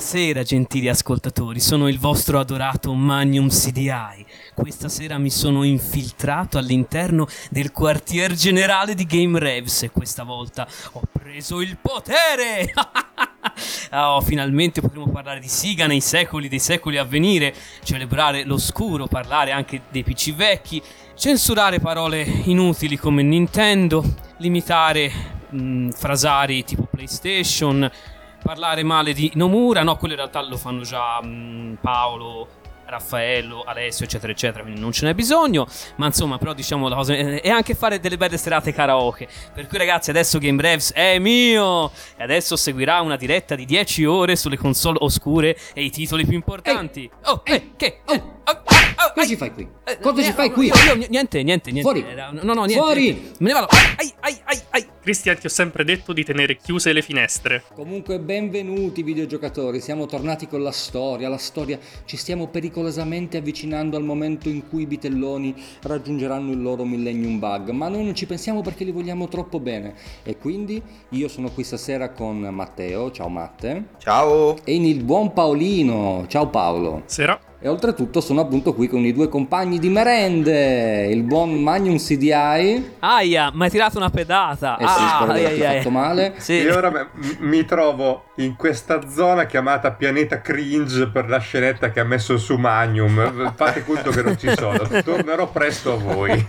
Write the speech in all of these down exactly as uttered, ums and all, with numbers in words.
Buonasera gentili ascoltatori, sono il vostro adorato Magnum C D I. Questa sera mi sono infiltrato all'interno del quartier generale di Game Revs e questa volta ho preso il potere! Oh, finalmente potremo parlare di Sega nei secoli dei secoli a venire, celebrare l'oscuro, parlare anche dei P C vecchi, censurare parole inutili come Nintendo, limitare mh, frasari tipo PlayStation, parlare male di Nomura, no, quello in realtà lo fanno già mh, Paolo, Raffaello, Alessio, eccetera, eccetera, quindi non ce n'è bisogno, ma insomma, però diciamo la cosa, e anche fare delle belle serate karaoke, per cui ragazzi adesso Game Revs è mio, e adesso seguirà una diretta di dieci ore sulle console oscure e i titoli più importanti. Ehi, oh, ehi, eh, che? Oh, Eh, oh, oh, cosa ai, ci fai qui? eh, Cosa eh, ci fai qui? Io, io, niente, niente, niente. Fuori. Era- no, no, niente. Fuori. niente. Me ne vado. Ai, ai, ai, ai. Cristian, ti ho sempre detto di tenere chiuse le finestre. Comunque benvenuti videogiocatori, siamo tornati con la storia, la storia, ci stiamo pericolosamente avvicinando al momento in cui i bitelloni raggiungeranno il loro Millennium Bug, ma noi non ci pensiamo perché li vogliamo troppo bene e quindi io sono qui stasera con Matteo, ciao Matte. Ciao. E il buon Paolino, ciao Paolo. Sera. E oltretutto sono appunto qui con i due compagni di merende, il buon Magnum C D I. Aia, mi hai tirato una pedata. Eh sì, ah, spero di ai, averti ai, fatto ai. male. Sì. E ora m- mi trovo in questa zona chiamata Pianeta Cringe per la scenetta che ha messo su Magnum. Fate conto che non ci sono, tornerò presto a voi.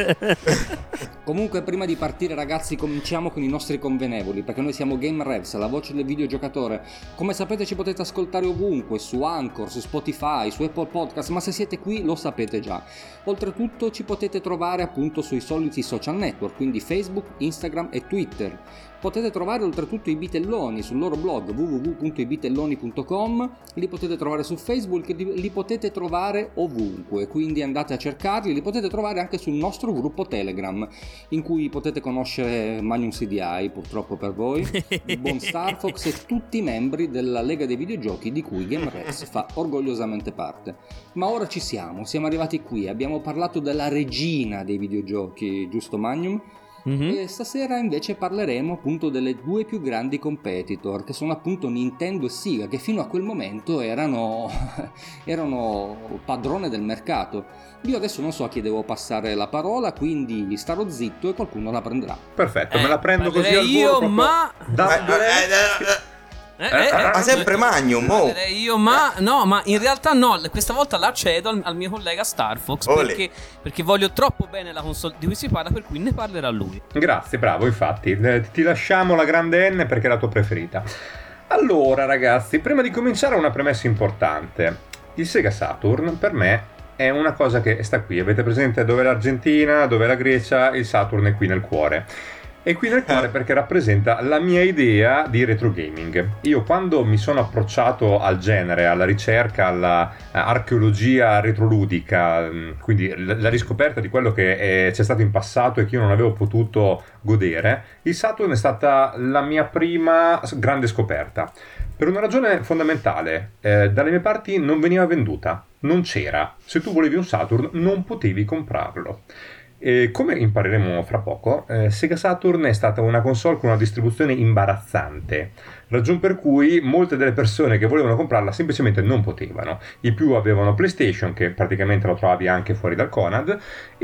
Comunque prima di partire ragazzi cominciamo con i nostri convenevoli, perché noi siamo Game Revs, la voce del videogiocatore. Come sapete ci potete ascoltare ovunque, su Anchor, su Spotify, su Apple Podcast, ma se siete qui lo sapete già. Oltretutto ci potete trovare appunto sui soliti social network, quindi Facebook, Instagram e Twitter. Potete trovare oltretutto i bitelloni sul loro blog w w w punto i bitelloni punto com, li potete trovare su Facebook, li, li potete trovare ovunque, quindi andate a cercarli, li potete trovare anche sul nostro gruppo Telegram, in cui potete conoscere Magnum C D I, purtroppo per voi, il buon Star Fox e tutti i membri della Lega dei Videogiochi di cui Game Revs fa orgogliosamente parte. Ma ora ci siamo, siamo arrivati qui, abbiamo parlato della regina dei videogiochi, giusto Magnum? Mhm. E stasera invece parleremo appunto delle due più grandi competitor, che sono appunto Nintendo e Sega, che fino a quel momento erano erano padrone del mercato. Io adesso non so a chi devo passare la parola, quindi starò zitto e qualcuno la prenderà. Perfetto, Eh, me la prendo così al parlerei volo io, proprio ma- da- Eh, eh, eh, Eh, Eh, eh, Ma eh, sempre Magnum, oh. parlerei io, ma no, ma in realtà no, questa volta la cedo al, al mio collega Star Fox Ole. perché, perché voglio troppo bene la console di cui si parla, per cui ne parlerà lui. Grazie, bravo, infatti. Eh, ti lasciamo la grande N perché è la tua preferita. Allora, ragazzi, prima di cominciare una premessa importante. Il Sega Saturn, per me, è una cosa che sta qui. Avete presente dove è l'Argentina, dove è la Grecia? Il Saturn è qui nel cuore. E qui nel cuore perché rappresenta la mia idea di retro gaming. Io quando mi sono approcciato al genere, alla ricerca, alla archeologia retroludica, quindi la riscoperta di quello che è, c'è stato in passato e che io non avevo potuto godere, il Saturn è stata la mia prima grande scoperta. Per una ragione fondamentale, eh, dalle mie parti non veniva venduta, non c'era. Se tu volevi un Saturn non potevi comprarlo. E come impareremo fra poco, eh, Sega Saturn è stata una console con una distribuzione imbarazzante, ragion per cui molte delle persone che volevano comprarla semplicemente non potevano. I più avevano PlayStation, che praticamente lo trovavi anche fuori dal Conad,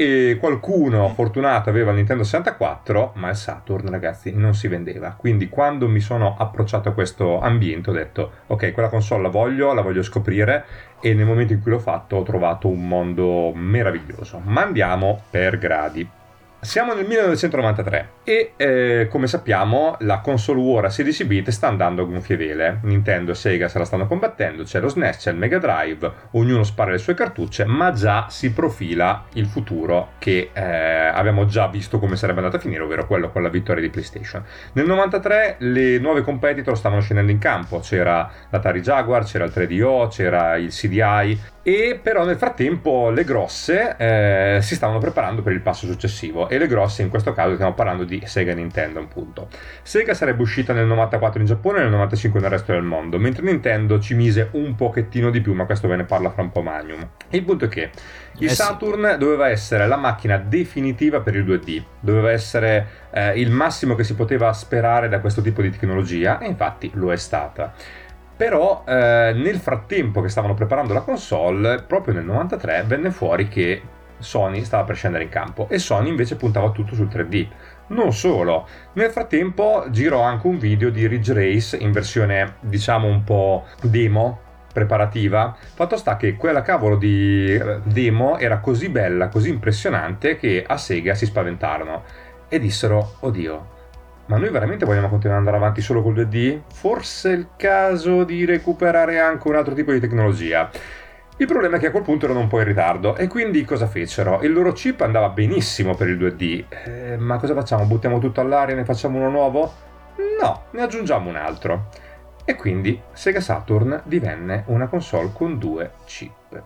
e qualcuno fortunato aveva il Nintendo sessantaquattro, ma il Saturn, ragazzi, non si vendeva. Quindi quando mi sono approcciato a questo ambiente ho detto ok, quella console la voglio, la voglio scoprire, e nel momento in cui l'ho fatto ho trovato un mondo meraviglioso. Ma andiamo per gradi. Siamo nel millenovecentonovantatré e eh, come sappiamo la console war a sedici bit sta andando a gonfie vele. Nintendo e Sega se la stanno combattendo, c'è lo S N E S, c'è il Mega Drive, ognuno spara le sue cartucce, ma già si profila il futuro che eh, abbiamo già visto come sarebbe andato a finire, ovvero quello con la vittoria di PlayStation. Nel novantatré le nuove competitor stavano scendendo in campo, c'era l'Atari Jaguar, c'era il tre D O, c'era il C D I, e però nel frattempo le grosse eh, si stavano preparando per il passo successivo, e le grosse in questo caso stiamo parlando di Sega e Nintendo appunto. Sega sarebbe uscita nel novantaquattro in Giappone e nel novantacinque nel resto del mondo, mentre Nintendo ci mise un pochettino di più, ma questo ve ne parla fra un po' Magnum. Il punto è che il Eh sì. Saturn doveva essere la macchina definitiva per il due D, doveva essere eh, il massimo che si poteva sperare da questo tipo di tecnologia, e infatti lo è stata. Però eh, nel frattempo che stavano preparando la console, proprio nel novantatré venne fuori che Sony stava per scendere in campo e Sony invece puntava tutto sul tre D. Non solo, nel frattempo girò anche un video di Ridge Race in versione diciamo un po' demo, preparativa. Fatto sta che quella cavolo di demo era così bella, così impressionante che a Sega si spaventarono e dissero: oddio, ma noi veramente vogliamo continuare ad andare avanti solo col due D? Forse è il caso di recuperare anche un altro tipo di tecnologia. Il problema è che a quel punto erano un po' in ritardo e quindi cosa fecero? Il loro chip andava benissimo per il due D, eh, ma cosa facciamo? Buttiamo tutto all'aria e ne facciamo uno nuovo? No, ne aggiungiamo un altro. E quindi Sega Saturn divenne una console con due chip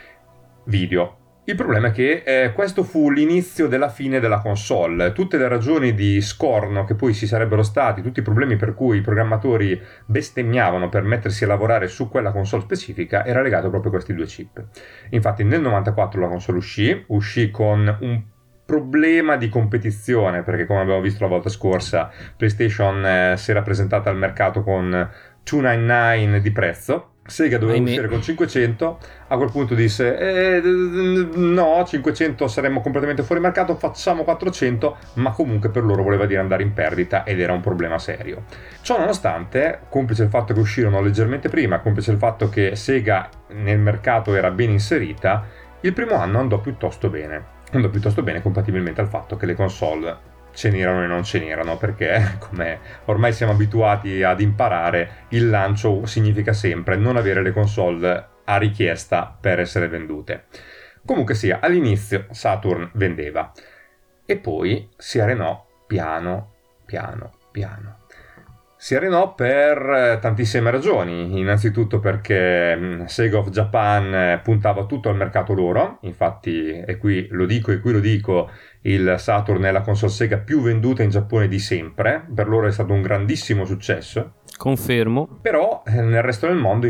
video. Il problema è che eh, questo fu l'inizio della fine della console. Tutte le ragioni di scorno che poi ci sarebbero stati, tutti i problemi per cui i programmatori bestemmiavano per mettersi a lavorare su quella console specifica, era legato proprio a questi due chip. Infatti nel novantaquattro la console uscì, uscì con un problema di competizione, perché come abbiamo visto la volta scorsa PlayStation eh, si era presentata al mercato con duecentonovantanove di prezzo. Sega doveva Ahimè. uscire con cinquecento, a quel punto disse eh, no, cinquecento saremmo completamente fuori mercato, facciamo quattrocento, ma comunque per loro voleva dire andare in perdita ed era un problema serio. Ciò nonostante, complice il fatto che uscirono leggermente prima, complice il fatto che Sega nel mercato era ben inserita, il primo anno andò piuttosto bene, andò piuttosto bene compatibilmente al fatto che le console ce n'erano e non ce n'erano, perché come ormai siamo abituati ad imparare, il lancio significa sempre non avere le console a richiesta per essere vendute. Comunque sia, all'inizio Saturn vendeva e poi si arenò piano piano piano. Si arenò per tantissime ragioni, innanzitutto perché Sega of Japan puntava tutto al mercato loro, infatti, e qui lo dico e qui lo dico, il Saturn è la console Sega più venduta in Giappone di sempre, per loro è stato un grandissimo successo. Confermo. Però nel resto del mondo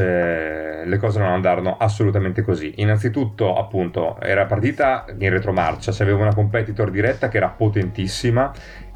invece le cose non andarono assolutamente così. Innanzitutto appunto era partita in retromarcia, c'aveva una competitor diretta che era potentissima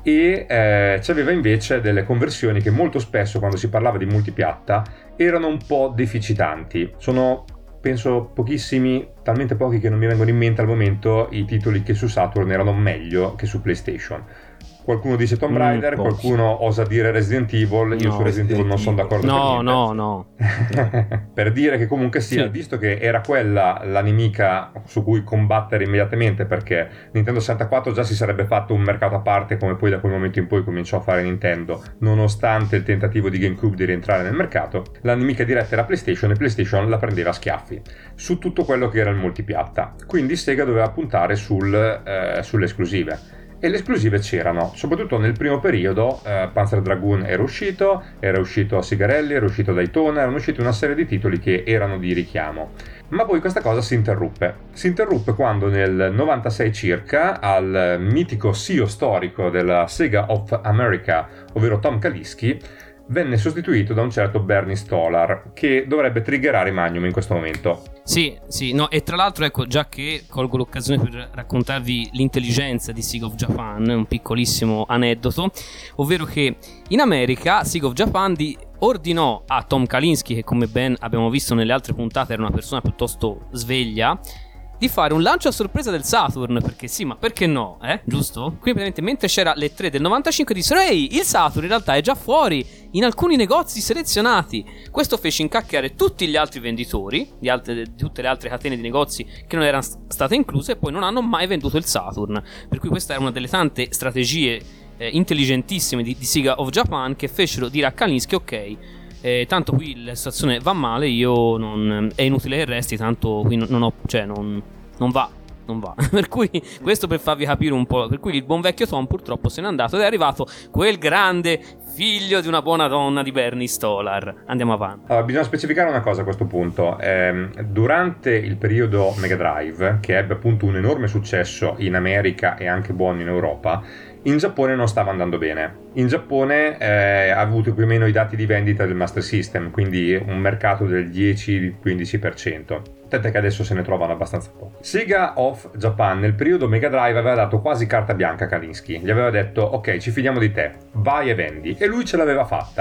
e eh, c'aveva invece delle conversioni che molto spesso quando si parlava di multipiatta erano un po' deficitanti. Sono penso pochissimi, talmente pochi che non mi vengono in mente al momento i titoli che su Saturn erano meglio che su PlayStation. Qualcuno dice Tomb Raider, Mm, qualcuno osa dire Resident Evil, io No, su Resident Evil non sono d'accordo No, per no, no. niente. Per dire che comunque sia, Sì. visto che era quella la nemica su cui combattere immediatamente, perché Nintendo sessantaquattro già si sarebbe fatto un mercato a parte, come poi da quel momento in poi cominciò a fare Nintendo, nonostante il tentativo di GameCube di rientrare nel mercato, la nemica diretta era PlayStation e PlayStation la prendeva a schiaffi su tutto quello che era il multipiatta. Quindi Sega doveva puntare sul, eh, sulle esclusive. E le esclusive c'erano, soprattutto nel primo periodo. eh, Panzer Dragoon era uscito, era uscito Sigarelli, era uscito Daytona, erano usciti una serie di titoli che erano di richiamo. Ma poi questa cosa si interruppe. Si interruppe quando nel novantasei circa al mitico C E O storico della Sega of America, ovvero Tom Kalinske, venne sostituito da un certo Bernie Stolar, che dovrebbe triggerare Magnum in questo momento. Sì, sì, no, e tra l'altro ecco, già che colgo l'occasione per raccontarvi l'intelligenza di Sega of Japan, un piccolissimo aneddoto, ovvero che in America Sega of Japan di ordinò a Tom Kalinske, che come ben abbiamo visto nelle altre puntate era una persona piuttosto sveglia, di fare un lancio a sorpresa del Saturn, perché sì, ma perché no, eh? Giusto? Quindi praticamente mentre c'era le tre del novantacinque dissero ehi, il Saturn in realtà è già fuori in alcuni negozi selezionati. Questo fece incacchiare tutti gli altri venditori di, altre, di tutte le altre catene di negozi che non erano state incluse e poi non hanno mai venduto il Saturn. Per cui questa era una delle tante strategie eh, intelligentissime di, di Sega of Japan, che fecero dire a Kalinske ok, Eh, tanto qui la situazione va male, io non, è inutile che resti, tanto qui non, non ho, cioè non, non va, non va. Per cui questo per farvi capire un po'. Per cui il buon vecchio Tom purtroppo se n'è andato ed è arrivato quel grande figlio di una buona donna di Bernie Stolar. Andiamo avanti. Allora, bisogna specificare una cosa a questo punto. Eh, durante il periodo Mega Drive, che ebbe appunto un enorme successo in America e anche buono in Europa, in Giappone non stava andando bene. In Giappone eh, ha avuto più o meno i dati di vendita del Master System, quindi un mercato del dieci quindici per cento. Tant'è che adesso se ne trovano abbastanza pochi. Sega of Japan nel periodo Mega Drive aveva dato quasi carta bianca a Kalinske. Gli aveva detto ok, ci fidiamo di te, vai e vendi. E lui ce l'aveva fatta.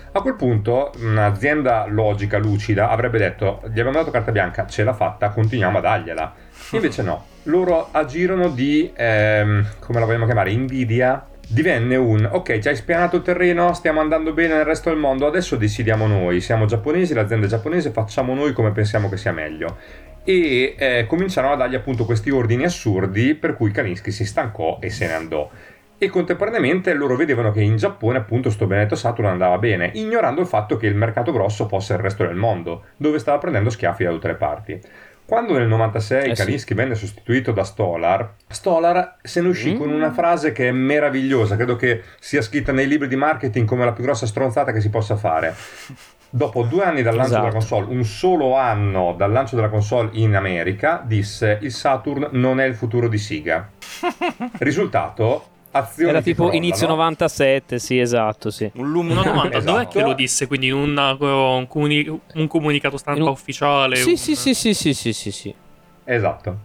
A quel punto un'azienda logica, lucida, avrebbe detto: gli abbiamo dato carta bianca, ce l'ha fatta, continuiamo a dargliela. Invece no, loro agirono di, ehm, come la vogliamo chiamare, invidia. Divenne un: ok, ci hai spianato il terreno, stiamo andando bene nel resto del mondo, adesso decidiamo noi, siamo giapponesi, l'azienda è giapponese, facciamo noi come pensiamo che sia meglio. E eh, cominciarono a dargli appunto questi ordini assurdi, per cui Kalinsky si stancò e se ne andò. E contemporaneamente loro vedevano che in Giappone appunto sto benedetto Saturn andava bene, ignorando il fatto che il mercato grosso fosse il resto del mondo, dove stava prendendo schiaffi da tutte le parti. Quando nel novantasei eh Kalinsky sì. venne sostituito da Stolar, Stolar se ne uscì mm. con una frase che è meravigliosa, credo che sia scritta nei libri di marketing come la più grossa stronzata che si possa fare. Dopo due anni dal lancio esatto. della console, un solo anno dal lancio della console in America, disse: il Saturn non è il futuro di Sega. Risultato: azione era tipo crolla, inizio no? novantasette, sì, esatto, sì. Un lume novanta, esatto. Dov'è che lo disse? Quindi in una, un, comuni- un comunicato stampa un... ufficiale? Sì, un... sì, sì, sì, sì, sì, sì, sì. Esatto.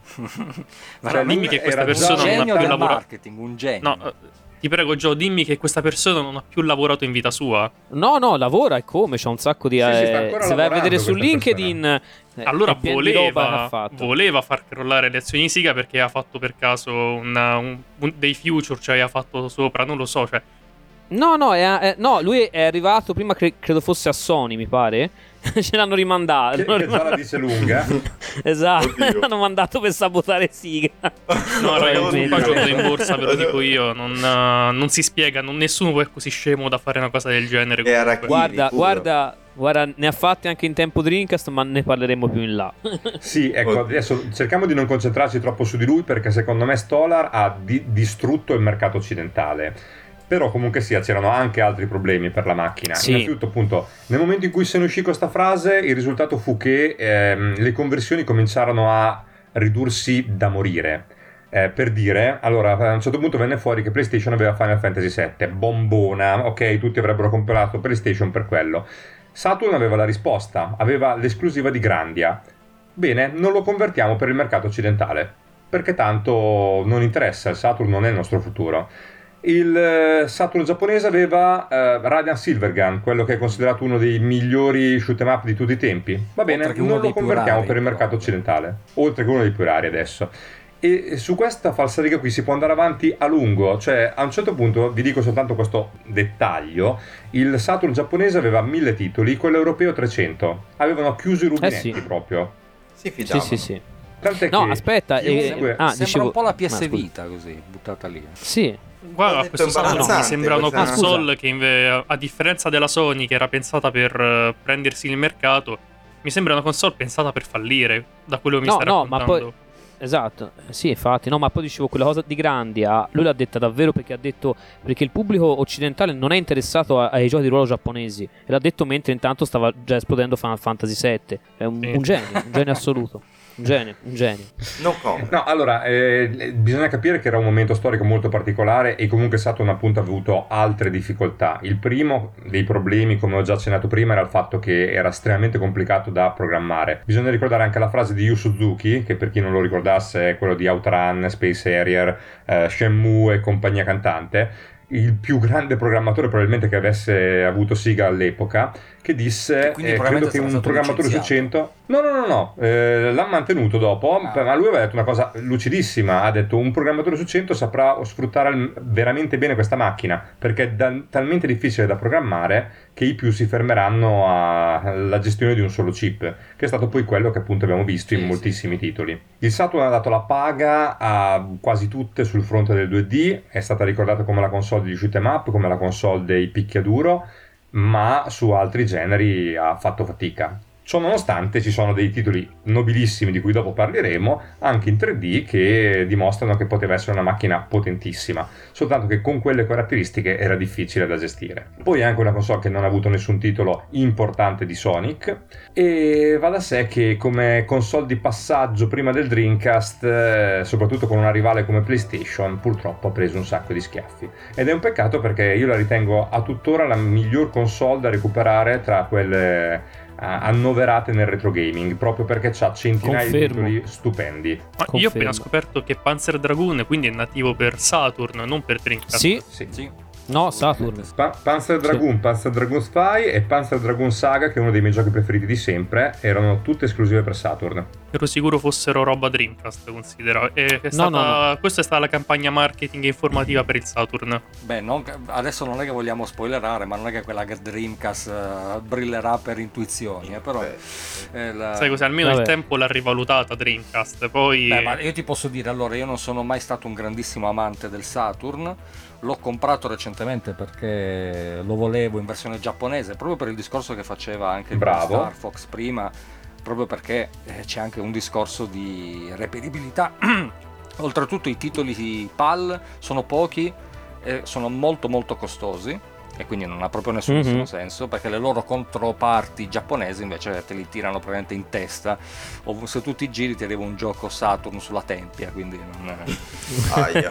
Ma cioè, dimmi che questa persona non ha più lavorato. Marketing, un genio. No, ti prego, Gio, dimmi che questa persona non ha più lavorato in vita sua. No, no, lavora e come? C'ha un sacco di... Sì, eh, se vai a vedere su LinkedIn... Eh, allora voleva, voleva far crollare le azioni di Sega perché ha fatto per caso una, un, un, dei future, cioè ha fatto sopra, non lo so, cioè... No, no, è, è, no, lui è arrivato prima, cre- credo fosse a Sony, mi pare. Ce l'hanno rimandato. Che, che già la dice lunga. Esatto, l'hanno mandato per sabotare Sega. No, ragazzi, qua gioco in borsa, ve lo dico io. Non, uh, non si spiega, non, nessuno è così scemo da fare una cosa del genere. Guarda, guarda, guarda, ne ha fatti anche in tempo Dreamcast, ma ne parleremo più in là. Sì, ecco, adesso cerchiamo di non concentrarci troppo su di lui, perché secondo me Stolar ha di- distrutto il mercato occidentale. Però comunque sia, c'erano anche altri problemi per la macchina. Sì. Innanzitutto, appunto, nel momento in cui se ne uscì questa frase, il risultato fu che ehm, le conversioni cominciarono a ridursi da morire. Eh, per dire, allora, a un certo punto venne fuori che PlayStation aveva Final Fantasy sette, bombona, ok, tutti avrebbero comprato PlayStation per quello. Saturn aveva la risposta, aveva l'esclusiva di Grandia. Bene, non lo convertiamo per il mercato occidentale, perché tanto non interessa, il Saturn non è il nostro futuro. Il Saturn giapponese aveva uh, Radiant Silvergun, quello che è considerato uno dei migliori shoot 'em up di tutti i tempi. Va bene, non lo convertiamo rari, per il mercato però. occidentale, oltre che uno dei più rari adesso. E su questa falsariga qui si può andare avanti a lungo, cioè a un certo punto, vi dico soltanto questo dettaglio, il Saturn giapponese aveva mille titoli, quello europeo trecento, avevano chiuso i rubinetti eh sì. proprio. Si fidavano. Sì, sì, sì. Tant'è no, che aspetta, eh, ah, sembra dicevo... un po' la P S Vita così, buttata lì. Sì. Guarda, questo Saturn mi sembra una console che inve- a differenza della Sony, che era pensata per uh, prendersi il mercato, mi sembra una console pensata per fallire, da quello che mi no, stai no, raccontando. Ma poi... Esatto, sì, infatti, no, ma poi dicevo quella cosa di Grandia, lui l'ha detta davvero perché ha detto perché il pubblico occidentale non è interessato a, ai giochi di ruolo giapponesi, e l'ha detto mentre intanto stava già esplodendo Final Fantasy sette. È un, sì. un genio, un genio assoluto. Un genio, un genio. No, no allora, eh, bisogna capire che era un momento storico molto particolare e comunque Saturn appunto ha avuto altre difficoltà. Il primo dei problemi, come ho già accennato prima, era il fatto che era estremamente complicato da programmare. Bisogna ricordare anche la frase di Yu Suzuki, che per chi non lo ricordasse è quello di Outrun, Space Harrier, eh, Shenmue e compagnia cantante, il più grande programmatore probabilmente che avesse avuto Sega all'epoca, che disse eh, credo che un programmatore su cento no no no no eh, l'ha mantenuto dopo, ah. ma lui aveva detto una cosa lucidissima, ha detto un programmatore su cento saprà sfruttare veramente bene questa macchina, perché è da, talmente difficile da programmare che i più si fermeranno alla gestione di un solo chip, che è stato poi quello che appunto abbiamo visto sì, in moltissimi sì. titoli. Il Saturn ha dato la paga a quasi tutte sul fronte del due D, è stata ricordata come la console di shoot 'em up, come la console dei picchiaduro, ma su altri generi ha fatto fatica. Ciò nonostante ci sono dei titoli nobilissimi di cui dopo parleremo, anche in tre D, che dimostrano che poteva essere una macchina potentissima, soltanto che con quelle caratteristiche era difficile da gestire. Poi è anche una console che non ha avuto nessun titolo importante di Sonic, e va da sé che come console di passaggio prima del Dreamcast, eh, soprattutto con una rivale come PlayStation, purtroppo ha preso un sacco di schiaffi. Ed è un peccato, perché io la ritengo a tuttora la miglior console da recuperare tra quelle annoverate nel retro gaming, proprio perché c'ha centinaia Confermo. di titoli stupendi. Ma io ho appena scoperto che Panzer Dragoon quindi è nativo per Saturn, non per Dreamcast. Sì, sì. sì. No, Saturn. Pa- Panzer Dragoon, sì. Panzer Dragoon Spy e Panzer Dragoon Saga, che è uno dei miei giochi preferiti di sempre, erano tutte esclusive per Saturn. Ero sicuro fossero roba Dreamcast, considero. E è No, stata, no, no. Questa è stata la campagna marketing e informativa per il Saturn. Beh, non, adesso non è che vogliamo spoilerare, ma non è che quella che Dreamcast uh, brillerà per intuizioni, eh, però eh, la... sai cos'è? Almeno Vabbè. il tempo l'ha rivalutata Dreamcast. Poi Beh, ma io ti posso dire, allora, io non sono mai stato un grandissimo amante del Saturn. L'ho comprato recentemente perché lo volevo in versione giapponese, proprio per il discorso che faceva anche il Bravo. Star Fox prima, proprio perché eh, c'è anche un discorso di reperibilità. Oltretutto i titoli P A L sono pochi e sono molto molto costosi, e quindi non ha proprio nessunissimo Mm-hmm. senso, perché le loro controparti giapponesi invece te li tirano praticamente in testa, o se tu ti giri ti arriva un gioco Saturn sulla tempia, quindi non Aia.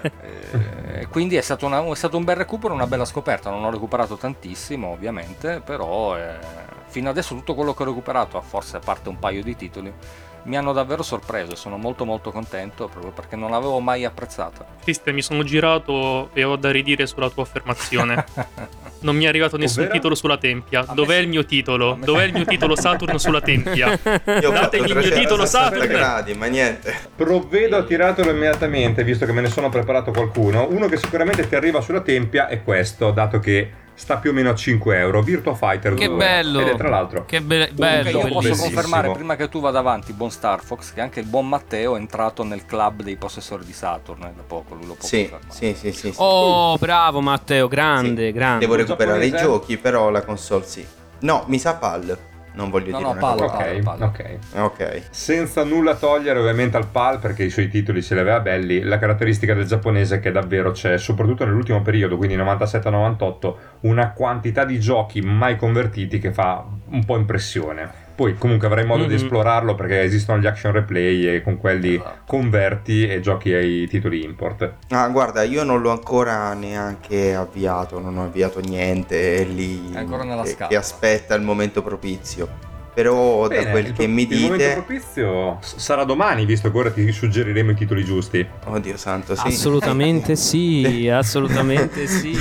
eh, quindi è stato, una, è stato un bel recupero, una bella scoperta. Non ho recuperato tantissimo ovviamente, però eh, fino adesso tutto quello che ho recuperato, forse a parte un paio di titoli, mi hanno davvero sorpreso e sono molto molto contento, proprio perché non l'avevo mai apprezzata. Triste, mi sono girato e ho da ridire sulla tua affermazione. Non mi è arrivato nessun Ovvero? titolo sulla tempia. A me Dov'è sì. il mio titolo? A me- Dov'è il mio titolo Saturn sulla tempia? Io ho fatto Datemi il mio titolo trecentosessanta Saturn. gradi, ma niente. Provvedo a tirartelo immediatamente, visto che me ne sono preparato qualcuno. Uno che sicuramente ti arriva sulla tempia è questo, dato che sta più o meno a cinque euro, Virtua Fighter Che due. bello. Ed è tra l'altro Che be- Comunque bello, io posso bellissimo. confermare, prima che tu vada avanti, buon Star Fox, che anche il buon Matteo è entrato nel club dei possessori di Saturn, eh, da poco lui lo può Sì, confermare. sì, sì, sì, sì. Oh, bravo Matteo, grande, Sì. grande. Devo recuperare i giapponese? giochi, però la console sì. No, mi sa P A L. Non voglio No, dire no, una P A L, cosa. Ok, Palle. ok. Ok. Senza nulla togliere ovviamente al P A L, perché i suoi titoli se li aveva belli, la caratteristica del giapponese è che davvero c'è, soprattutto nell'ultimo periodo, quindi novantasette novantotto, una quantità di giochi mai convertiti che fa un po' impressione. Poi comunque avrai modo Mm-hmm. di esplorarlo, perché esistono gli action replay e con quelli Esatto. converti e giochi ai titoli import. Ah, guarda, io non l'ho ancora neanche avviato, non ho avviato niente, è lì È ancora nella che, scatola. che aspetta il momento propizio. Però da Bene, quel il, che mi il momento dite... propizio s- sarà domani, visto che ora ti suggeriremo i titoli giusti. Oddio santo, sì. Assolutamente sì, assolutamente sì.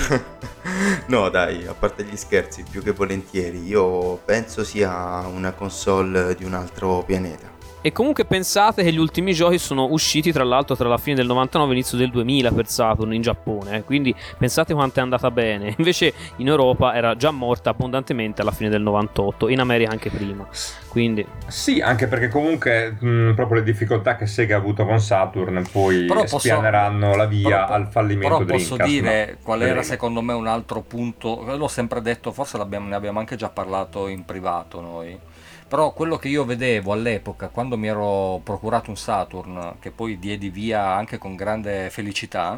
No dai, a parte gli scherzi, più che volentieri, io penso sia una console di un altro pianeta. E comunque pensate che gli ultimi giochi sono usciti tra l'altro tra la fine del novantanove e l'inizio del duemila per Saturn in Giappone, eh. Quindi pensate quanto è andata bene. Invece in Europa era già morta abbondantemente alla fine del novantotto, in America anche prima. Quindi Sì, anche perché comunque mh, proprio le difficoltà che Sega ha avuto con Saturn poi Però posso- spianeranno la via però- al fallimento Però posso Dreamcast, dire ma qual era vedremo. secondo me un altro punto, l'ho sempre detto, forse l'abbiamo- ne abbiamo anche già parlato in privato noi, però quello che io vedevo all'epoca quando mi ero procurato un Saturn, che poi diedi via anche con grande felicità,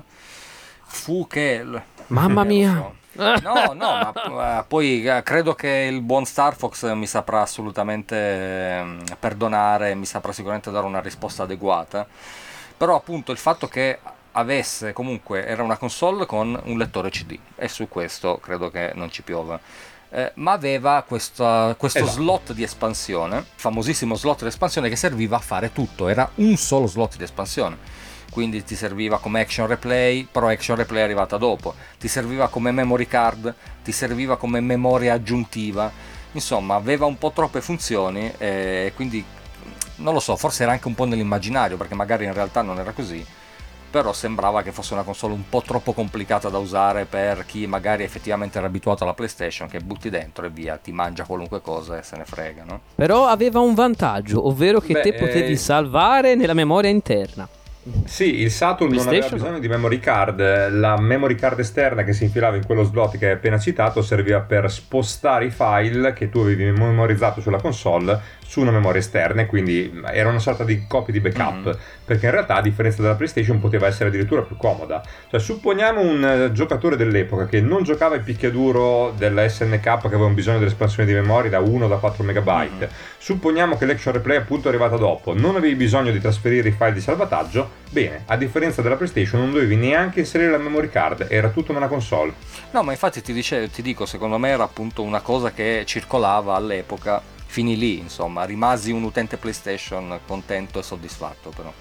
fu che... l- mamma eh, lo mia. so. No, no, ma eh, poi eh, credo che il buon Star Fox mi saprà assolutamente ehm, perdonare, mi saprà sicuramente dare una risposta adeguata. Però appunto il fatto che avesse comunque, era una console con un lettore C D, e su questo credo che non ci piova. Eh, ma aveva questa- questo Esatto. slot di espansione, famosissimo slot di espansione che serviva a fare tutto, era un solo slot di espansione. Quindi ti serviva come action replay, però action replay è arrivata dopo, ti serviva come memory card, ti serviva come memoria aggiuntiva, insomma aveva un po' troppe funzioni e quindi non lo so, forse era anche un po' nell'immaginario, perché magari in realtà non era così, però sembrava che fosse una console un po' troppo complicata da usare per chi magari effettivamente era abituato alla PlayStation, che butti dentro e via, ti mangia qualunque cosa e se ne frega, no? però aveva un vantaggio, ovvero che Beh, te potevi eh, salvare nella memoria interna. Sì, il Saturn non aveva PlayStation? bisogno di memory card, la memory card esterna che si infilava in quello slot che hai appena citato serviva per spostare i file che tu avevi memorizzato sulla console su una memoria esterna, e quindi era una sorta di copia di backup, Mm. perché in realtà a differenza della PlayStation poteva essere addirittura più comoda. Cioè, supponiamo un eh, giocatore dell'epoca che non giocava il picchiaduro della S N K, che aveva un bisogno dell'espansione di memoria da uno da quattro megabyte. Mm. Supponiamo che l'action replay appunto è arrivata dopo, non avevi bisogno di trasferire i file di salvataggio. Bene, a differenza della PlayStation non dovevi neanche inserire la memory card, era tutto nella console. No, ma infatti ti, dice, ti dico, secondo me era appunto una cosa che circolava all'epoca, finì lì, insomma, rimasi un utente PlayStation contento e soddisfatto però.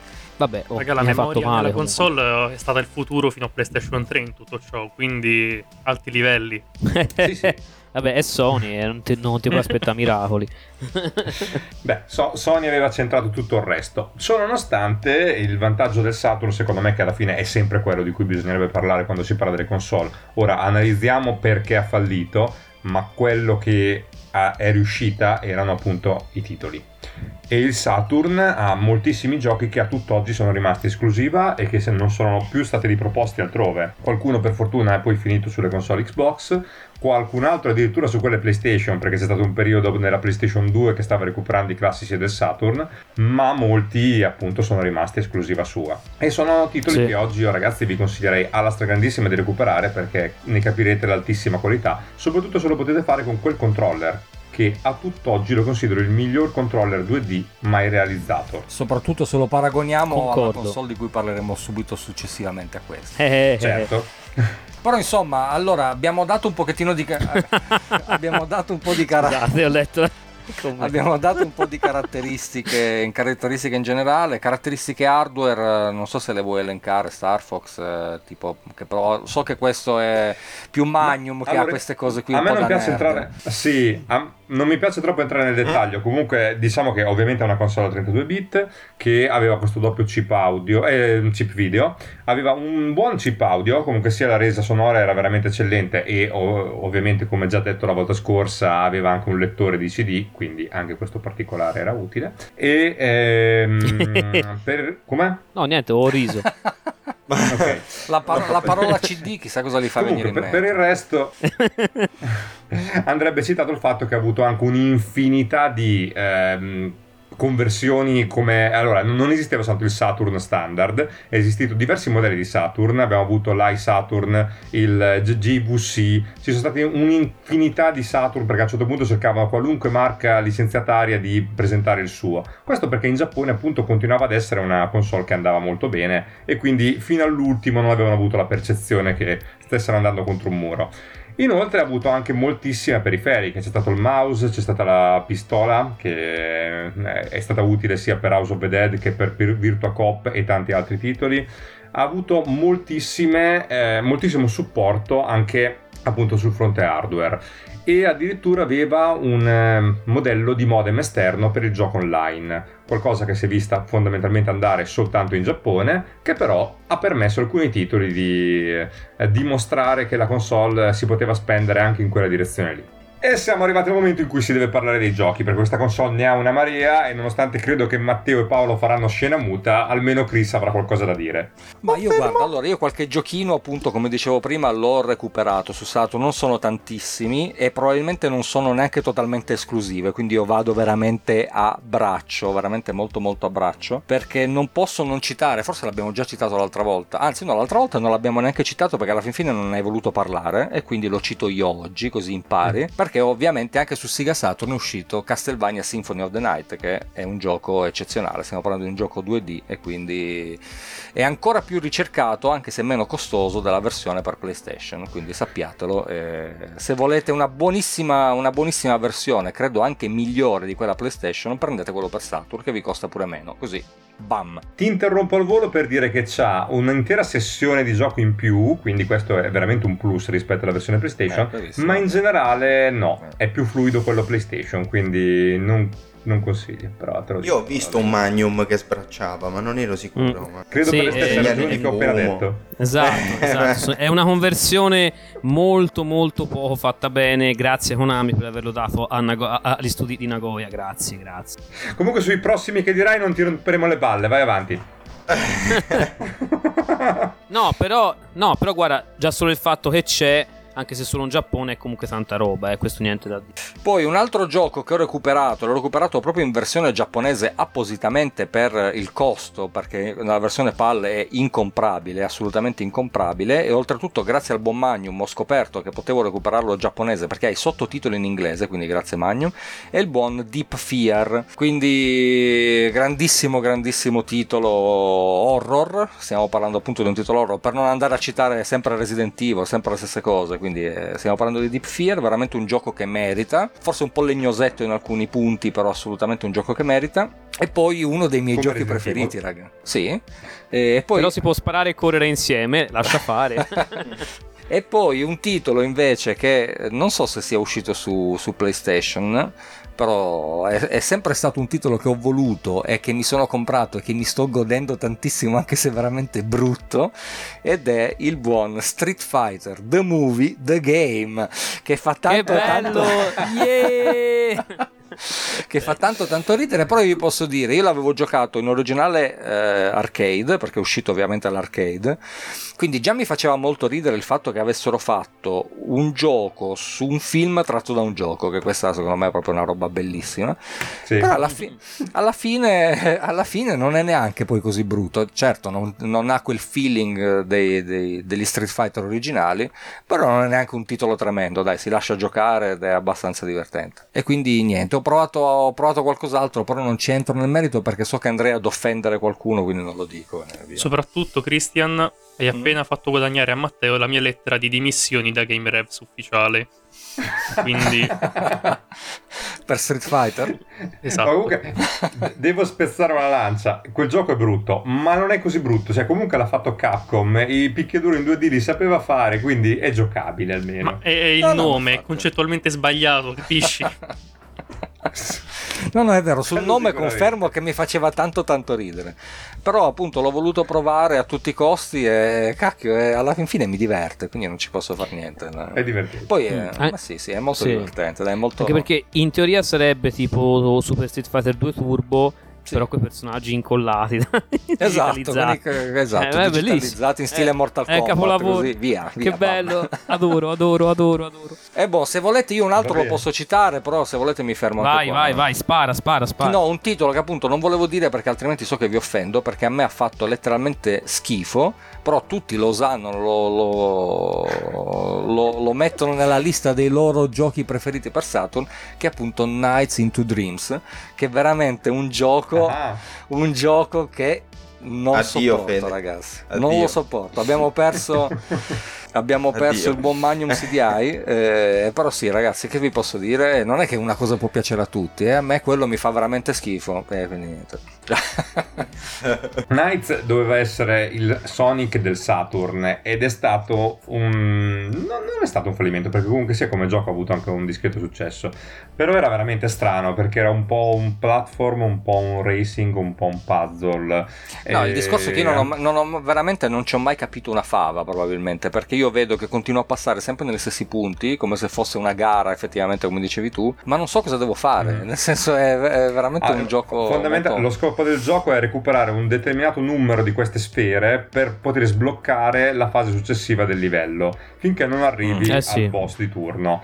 Vabbè, oh, Raga, la mi hai fatto memoria male della comunque. console è stata il futuro fino a PlayStation tre in tutto ciò, quindi alti livelli. Sì, sì. Vabbè, è Sony, eh, non ti, non ti puoi aspettare miracoli. Beh, so- Sony aveva centrato tutto il resto. Ciò nonostante, il vantaggio del Saturn, secondo me, che alla fine è sempre quello di cui bisognerebbe parlare quando si parla delle console. Ora analizziamo perché ha fallito, ma quello che ha- è riuscita erano appunto i titoli. E il Saturn ha moltissimi giochi che a tutt'oggi sono rimasti esclusiva e che se non sono più stati riproposti altrove. Qualcuno per fortuna è poi finito sulle console Xbox, qualcun altro addirittura su quelle PlayStation, perché c'è stato un periodo nella PlayStation due che stava recuperando i classici del Saturn, ma molti appunto sono rimasti esclusiva sua. E sono titoli Sì. che oggi io ragazzi vi consiglierei alla stragrandissima di recuperare, perché ne capirete l'altissima qualità, soprattutto se lo potete fare con quel controller che a tutt'oggi lo considero il miglior controller due D mai realizzato. Soprattutto se lo paragoniamo Concordo. alla console di cui parleremo subito successivamente a questa. Eh, eh, eh. Certo. Però insomma, allora abbiamo dato un pochettino di ca- abbiamo dato un po' di carattere. Scusate, ho letto come- Abbiamo dato un po' di caratteristiche, in caratteristiche in generale, caratteristiche hardware, eh, non so se le vuoi elencare, Star Fox, eh, tipo, che però so che questo è più Magnum Ma, che allora, ha queste cose qui a un me po' non da piace nerd. entrare sì a- non mi piace troppo entrare nel dettaglio. Comunque diciamo che ovviamente è una console a trentadue bit che aveva questo doppio chip audio e eh, chip video, aveva un buon chip audio, comunque sia la resa sonora era veramente eccellente e o- ovviamente come già detto la volta scorsa aveva anche un lettore di C D, quindi anche questo particolare era utile. E ehm, per com'è? No, niente, ho riso. Ok. La, par- la parola C D chissà cosa gli fa Comunque, venire in per, mente. per il resto andrebbe citato il fatto che ha avuto anche un'infinità di ehm, conversioni. Come allora non esisteva soltanto il Saturn standard, è esistito diversi modelli di Saturn, abbiamo avuto l'iSaturn, il G V C, ci sono state un'infinità di Saturn perché a un certo punto cercavano qualunque marca licenziataria di presentare il suo. Questo perché in Giappone appunto continuava ad essere una console che andava molto bene e quindi fino all'ultimo non avevano avuto la percezione che stessero andando contro un muro. Inoltre ha avuto anche moltissime periferiche, c'è stato il mouse, c'è stata la pistola che è stata utile sia per House of the Dead che per Virtua Cop e tanti altri titoli. Ha avuto moltissime, eh, moltissimo supporto anche appunto sul fronte hardware e addirittura aveva un eh, modello di modem esterno per il gioco online, qualcosa che si è vista fondamentalmente andare soltanto in Giappone, che però ha permesso a alcuni titoli di eh, dimostrare che la console si poteva spendere anche in quella direzione lì. E siamo arrivati al momento in cui si deve parlare dei giochi, perché questa console ne ha una marea e nonostante credo che Matteo e Paolo faranno scena muta, almeno Chris avrà qualcosa da dire. Ma io guarda, allora io qualche giochino appunto come dicevo prima l'ho recuperato su Saturn, non sono tantissimi e probabilmente non sono neanche totalmente esclusive, quindi io vado veramente a braccio, veramente molto molto a braccio, perché non posso non citare, forse l'abbiamo già citato l'altra volta, anzi no, l'altra volta non l'abbiamo neanche citato perché alla fin fine non hai voluto parlare e quindi lo cito io oggi così impari, perché ovviamente anche su Sega Saturn è uscito Castlevania Symphony of the Night, che è un gioco eccezionale, stiamo parlando di un gioco due D e quindi è ancora più ricercato anche se meno costoso della versione per PlayStation, quindi sappiatelo, eh, se volete una buonissima, una buonissima versione, credo anche migliore di quella PlayStation, prendete quello per Saturn che vi costa pure meno, così bam. Ti interrompo al volo per dire che c'ha un'intera sessione di gioco in più, quindi questo è veramente un plus rispetto alla versione PlayStation, Eh, ma in generale no, è più fluido quello PlayStation, quindi non, non consiglio, però te lo Io ho dico. visto un Magnum che sbracciava, ma non ero sicuro. Mm. Ma... Credo Sì, per le stesse eh, ragioni che ho appena uomo. detto. Esatto, esatto. È una conversione molto molto poco fatta bene. Grazie Konami per averlo dato a Nago- a- agli studi di Nagoya. Grazie, grazie. Comunque sui prossimi che dirai non ti romperemo le balle, vai avanti. No, però, no, però guarda, già solo il fatto che c'è, anche se solo in Giappone, è comunque tanta roba, eh, questo niente da dire. Poi un altro gioco che ho recuperato, l'ho recuperato proprio in versione giapponese appositamente per il costo, perché la versione PAL è incomprabile, è assolutamente incomprabile, e oltretutto grazie al buon Magnum ho scoperto che potevo recuperarlo giapponese perché ha i sottotitoli in inglese, quindi grazie Magnum, e il buon Deep Fear, quindi grandissimo grandissimo titolo horror, stiamo parlando appunto di un titolo horror, per non andare a citare sempre Resident Evil, sempre le stesse cose, quindi eh, stiamo parlando di Deep Fear, veramente un gioco che merita, forse un po' legnosetto in alcuni punti, però assolutamente un gioco che merita. E poi uno dei miei Come giochi Resident preferiti, Evil. raga. Sì. E poi... Però si può sparare e correre insieme, lascia fare. E poi un titolo invece che non so se sia uscito su, su PlayStation, però è, è sempre stato un titolo che ho voluto e che mi sono comprato e che mi sto godendo tantissimo, anche se veramente brutto, ed è il buon Street Fighter The Movie The Game, che fa tanto Che bello! tanto Yeah! che fa tanto tanto ridere. Però vi posso dire, io l'avevo giocato in originale eh, arcade, perché è uscito ovviamente all'arcade, quindi già mi faceva molto ridere il fatto che avessero fatto un gioco su un film tratto da un gioco, che questa secondo me è proprio una roba bellissima. Sì. Però alla, fi- alla fine alla fine non è neanche poi così brutto. Certo non, non ha quel feeling dei, dei, degli Street Fighter originali, però non è neanche un titolo tremendo, dai, si lascia giocare ed è abbastanza divertente. E quindi niente, ho provato, ho provato qualcos'altro, però non ci entro nel merito perché so che andrei ad offendere qualcuno, quindi non lo dico. Soprattutto, Christian, hai appena mm. fatto guadagnare a Matteo la mia lettera di dimissioni da Game Revs ufficiale. Quindi per Street Fighter. Esatto. Comunque, devo spezzare una lancia. Quel gioco è brutto, ma non è così brutto. Cioè, comunque l'ha fatto Capcom. I picchiaduro in due D li sapeva fare, quindi è giocabile almeno. Ma è, è il no, nome, no, è concettualmente sbagliato, capisci? No, no, è vero, sul nome confermo che mi faceva tanto tanto ridere, però appunto l'ho voluto provare a tutti i costi e cacchio, e alla fin fine mi diverte, quindi non ci posso fare niente, no? È divertente. Poi è, mm. ma sì, sì, è molto sì. divertente, dai, molto... Anche perché in teoria sarebbe tipo Super Street Fighter due Turbo, sì. però con i personaggi incollati, esatto, esatto, eh, digitalizzati in stile eh, Mortal eh, Kombat, così, via, via, che bello, adoro, adoro, adoro, adoro. E eh boh, se volete io un altro lo posso citare, però se volete mi fermo vai, anche qua. Vai, vai, vai, spara, spara, spara. No, un titolo che appunto non volevo dire perché altrimenti so che vi offendo, perché a me ha fatto letteralmente schifo, però tutti lo sanno, lo, lo, lo, lo mettono nella lista dei loro giochi preferiti per Saturn, che è appunto Nights into Dreams, che è veramente un gioco, ah. un gioco che non Addio, sopporto, Fede. ragazzi. Addio. Non lo sopporto. Abbiamo perso abbiamo perso Addio. il buon Magnum C D I, eh, però sì, ragazzi, che vi posso dire? Non è che una cosa può piacere a tutti, eh? A me quello mi fa veramente schifo, eh, quindi niente. Nights doveva essere il Sonic del Saturn ed è stato un non, non è stato un fallimento, perché comunque sia come gioco ha avuto anche un discreto successo, però era veramente strano perché era un po' un platform, un po' un racing, un po' un puzzle. No, e... il discorso è che io non ho, non ho veramente non ci ho mai capito una fava, probabilmente, perché io vedo che continuo a passare sempre negli stessi punti come se fosse una gara, effettivamente, come dicevi tu, ma non so cosa devo fare, mm. nel senso è, è veramente ah, un gioco fondamentalmente molto... lo scopo del gioco è recuperare un determinato numero di queste sfere per poter sbloccare la fase successiva del livello finché non arrivi eh sì. al boss di turno.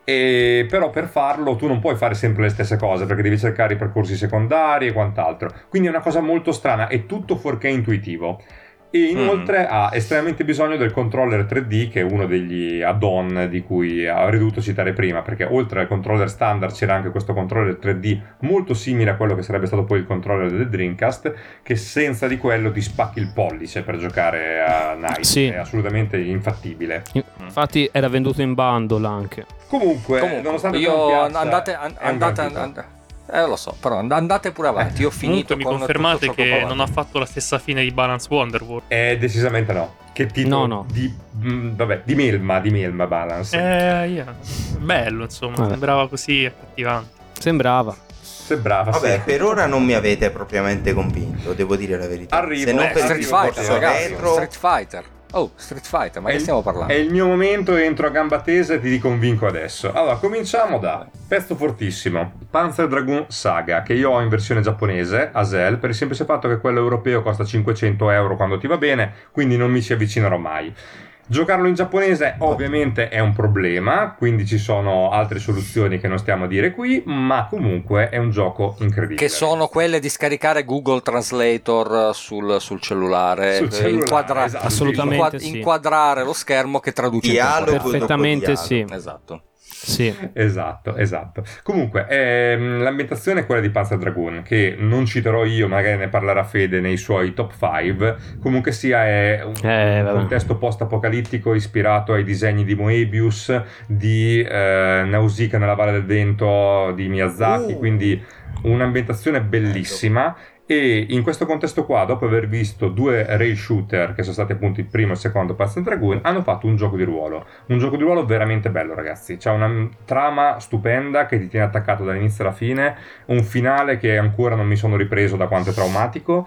E però per farlo tu non puoi fare sempre le stesse cose perché devi cercare i percorsi secondari e quant'altro, quindi è una cosa molto strana, è tutto fuorché intuitivo. E inoltre mm. ha estremamente bisogno del controller tre D, che è uno degli add-on di cui avrei dovuto citare prima, perché oltre al controller standard c'era anche questo controller tre D molto simile a quello che sarebbe stato poi il controller del Dreamcast, che senza di quello ti spacchi il pollice per giocare a Night. Sì. È assolutamente infattibile. Infatti era venduto in bundle anche. Comunque, Comunque nonostante io piazza, andate an- andate andate Eh, lo so, però andate pure avanti. Io ho finito. Comunque mi con confermate tutto che non ha fatto la stessa fine di Balance Wonderworld? Eh, decisamente no. Che titolo no, no. di mh, vabbè, di melma, di melma Balance. Eh, yeah. Bello, insomma, vabbè. Sembrava così accattivante. Sembrava. Sembrava. Vabbè, sì. Per ora non mi avete propriamente convinto, devo dire la verità. Arrivo. Se non eh, per Street il Fighter, ragazzi, retro... Street Fighter. Oh, Street Fighter, ma che stiamo parlando? È il mio momento, entro a gamba tesa e ti riconvinco adesso. Allora, cominciamo da pezzo fortissimo, Panzer Dragoon Saga, che io ho in versione giapponese, A S E L, per il semplice fatto che quello europeo costa cinquecento euro quando ti va bene, quindi non mi ci avvicinerò mai. Giocarlo in giapponese ovviamente è un problema, quindi ci sono altre soluzioni che non stiamo a dire qui, ma comunque è un gioco incredibile. Che sono quelle di scaricare Google Translator sul, sul cellulare, sul cellulare inquadra- esatto. Assolutamente inquad- sì. inquadrare lo schermo che traduce Dialogo in perfettamente sì. Esatto. Sì. Esatto, esatto. Comunque, ehm, l'ambientazione è quella di Panzer Dragoon, che non citerò io, magari ne parlerà Fede nei suoi top cinque. Comunque sia, è un, eh, un contesto post-apocalittico ispirato ai disegni di Moebius, di eh, Nausicaa nella Valle del Vento di Miyazaki, uh. quindi un'ambientazione bellissima. E in questo contesto qua, dopo aver visto due rail shooter, che sono stati appunto il primo e il secondo Panzer Dragoon, hanno fatto un gioco di ruolo. Un gioco di ruolo veramente bello, ragazzi. C'è una trama stupenda che ti tiene attaccato dall'inizio alla fine, un finale che ancora non mi sono ripreso da quanto è traumatico,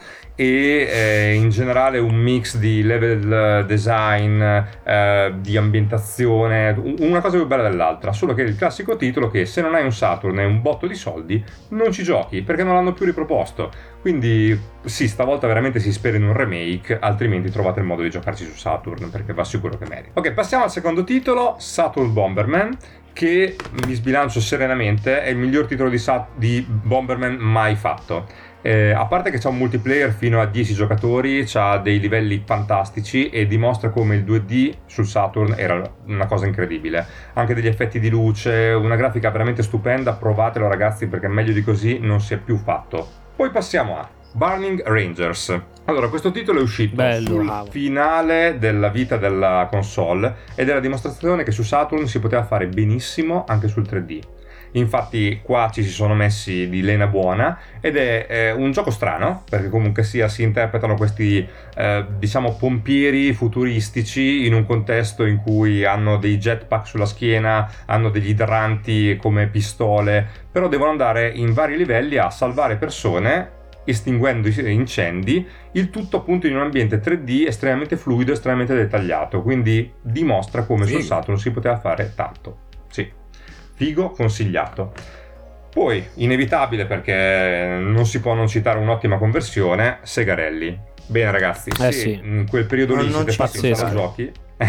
e eh, in generale un mix di level design, eh, di ambientazione, una cosa più bella dell'altra. Solo che il classico titolo che se non hai un Saturn e un botto di soldi non ci giochi, perché non l'hanno più riproposto. Quindi sì, stavolta veramente si spera in un remake, altrimenti trovate il modo di giocarci su Saturn, perché va sicuro che merita. Ok, passiamo al secondo titolo, Saturn Bomberman, che mi sbilancio serenamente, è il miglior titolo di, Sat- di Bomberman mai fatto. Eh, a parte che c'ha un multiplayer fino a dieci giocatori, c'ha dei livelli fantastici e dimostra come il due D sul Saturn era una cosa incredibile. Anche degli effetti di luce, una grafica veramente stupenda, provatelo ragazzi perché meglio di così non si è più fatto. Poi passiamo a Burning Rangers. Allora, questo titolo è uscito Bello, sul bravo. finale della vita della console ed è la dimostrazione che su Saturn si poteva fare benissimo anche sul tre D. Infatti qua ci si sono messi di lena buona ed è eh, un gioco strano, perché comunque sia si interpretano questi eh, diciamo pompieri futuristici in un contesto in cui hanno dei jetpack sulla schiena, hanno degli idranti come pistole, però devono andare in vari livelli a salvare persone estinguendo i incendi, il tutto appunto in un ambiente tre D estremamente fluido, estremamente dettagliato, quindi dimostra come Figo. sul Saturn si poteva fare tanto. Sì, figo, consigliato. Poi, inevitabile perché non si può non citare un'ottima conversione, Segarelli. Bene ragazzi, Eh se sì. in quel periodo lì Non- non siete ci fatti in pazzesco. sala giochi,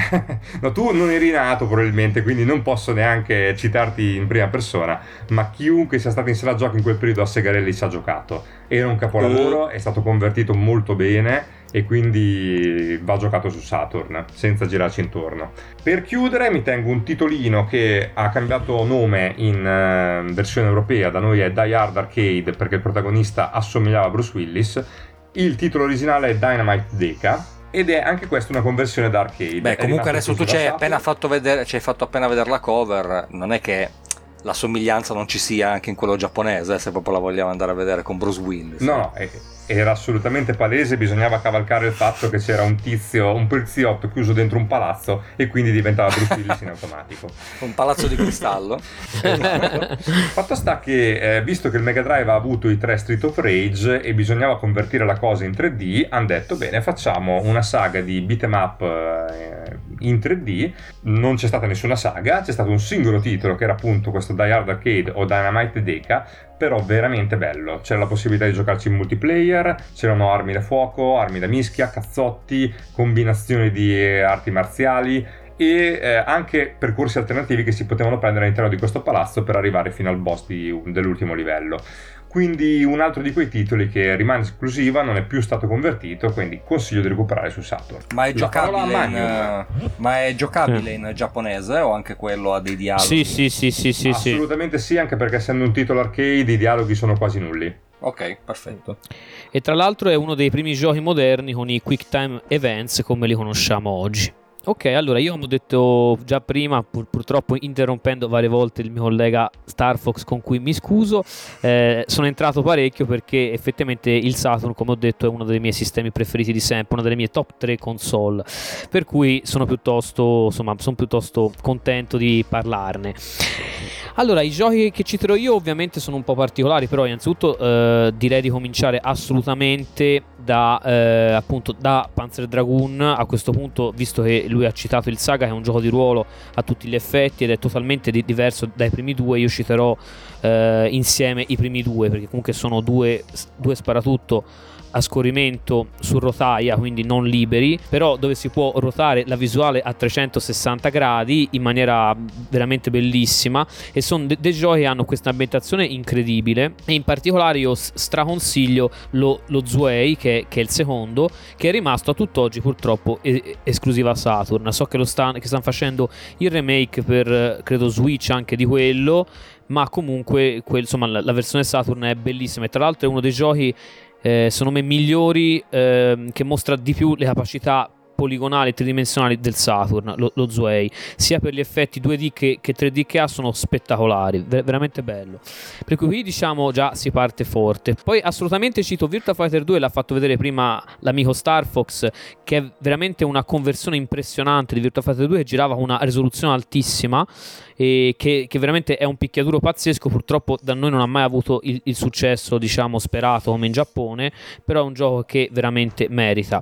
no, tu non eri nato probabilmente, quindi non posso neanche citarti in prima persona, ma chiunque sia stato in sala giochi in quel periodo a Segarelli ci ha giocato. Era un capolavoro, è stato convertito molto bene e quindi va giocato su Saturn senza girarci intorno. Per chiudere mi tengo un titolino che ha cambiato nome in eh, versione europea, da noi è Die Hard Arcade perché il protagonista assomigliava a Bruce Willis. Il titolo originale è Dynamite Deka ed è anche questa una conversione da arcade. Beh, È comunque rimasto adesso tu ci hai escluso da appena Saturn. fatto vedere, ci hai fatto appena vedere la cover, non è che la somiglianza non ci sia anche in quello giapponese, se proprio la vogliamo andare a vedere con Bruce Willis. No, no, è- era assolutamente palese, bisognava cavalcare il fatto che c'era un tizio, un poliziotto chiuso dentro un palazzo e quindi diventava Bruce Willis in automatico. Un palazzo di cristallo. Esatto. Fatto sta che, eh, visto che il Mega Drive ha avuto i tre Street of Rage e bisognava convertire la cosa in tre D, hanno detto bene, facciamo una saga di beat'em up eh, in tre D. Non c'è stata nessuna saga, c'è stato un singolo titolo che era appunto questo Die Hard Arcade o Dynamite Deka, però veramente bello. C'era la possibilità di giocarci in multiplayer, c'erano armi da fuoco, armi da mischia, cazzotti, combinazioni di eh, arti marziali e eh, anche percorsi alternativi che si potevano prendere all'interno di questo palazzo per arrivare fino al boss di- dell'ultimo livello. Quindi un altro di quei titoli che rimane esclusiva, non è più stato convertito, quindi consiglio di recuperare su Saturn. Ma è La parola giocabile in, Magnum. eh, ma è giocabile in giapponese o anche quello ha dei dialoghi? Sì, sì, sì, sì, sì, sì. Assolutamente sì, anche perché essendo un titolo arcade i dialoghi sono quasi nulli. Ok, perfetto. E tra l'altro è uno dei primi giochi moderni con i quick time events come li conosciamo oggi. Ok, allora io ho detto già prima, pur- purtroppo interrompendo varie volte il mio collega Star Fox con cui mi scuso, eh, sono entrato parecchio perché effettivamente il Saturn, come ho detto, è uno dei miei sistemi preferiti di sempre, una delle mie top tre console, per cui sono piuttosto, insomma, sono piuttosto contento di parlarne. Allora, i giochi che citerò io ovviamente sono un po' particolari, però innanzitutto eh, direi di cominciare assolutamente da eh, appunto da Panzer Dragoon. A questo punto, visto che lui ha citato il Saga, che è un gioco di ruolo a tutti gli effetti ed è totalmente di- diverso dai primi due, io citerò eh, insieme i primi due, perché comunque sono due, due sparatutto a scorrimento su rotaia, quindi non liberi, però dove si può ruotare la visuale a trecentosessanta gradi in maniera veramente bellissima, e sono de- dei giochi che hanno questa ambientazione incredibile. E in particolare io s- straconsiglio lo, lo Zwei, che, che è il secondo, che è rimasto a tutt'oggi purtroppo e- esclusiva Saturn. So che lo sta- che stanno facendo il remake per eh, credo Switch anche di quello, ma comunque quel- insomma la, la versione Saturn è bellissima, e tra l'altro è uno dei giochi Eh, secondo me migliori, ehm, che mostra di più le capacità poligonali tridimensionali del Saturn, lo, lo Zwei, sia per gli effetti due D che, che tre D che ha, sono spettacolari, ver- veramente bello. Per cui qui diciamo già si parte forte. Poi assolutamente cito Virtua Fighter due, l'ha fatto vedere prima l'amico Star Fox, che è veramente una conversione impressionante di Virtua Fighter due, che girava con una risoluzione altissima e che, che veramente è un picchiaduro pazzesco. Purtroppo da noi non ha mai avuto il, il successo diciamo sperato come in Giappone, però è un gioco che veramente merita,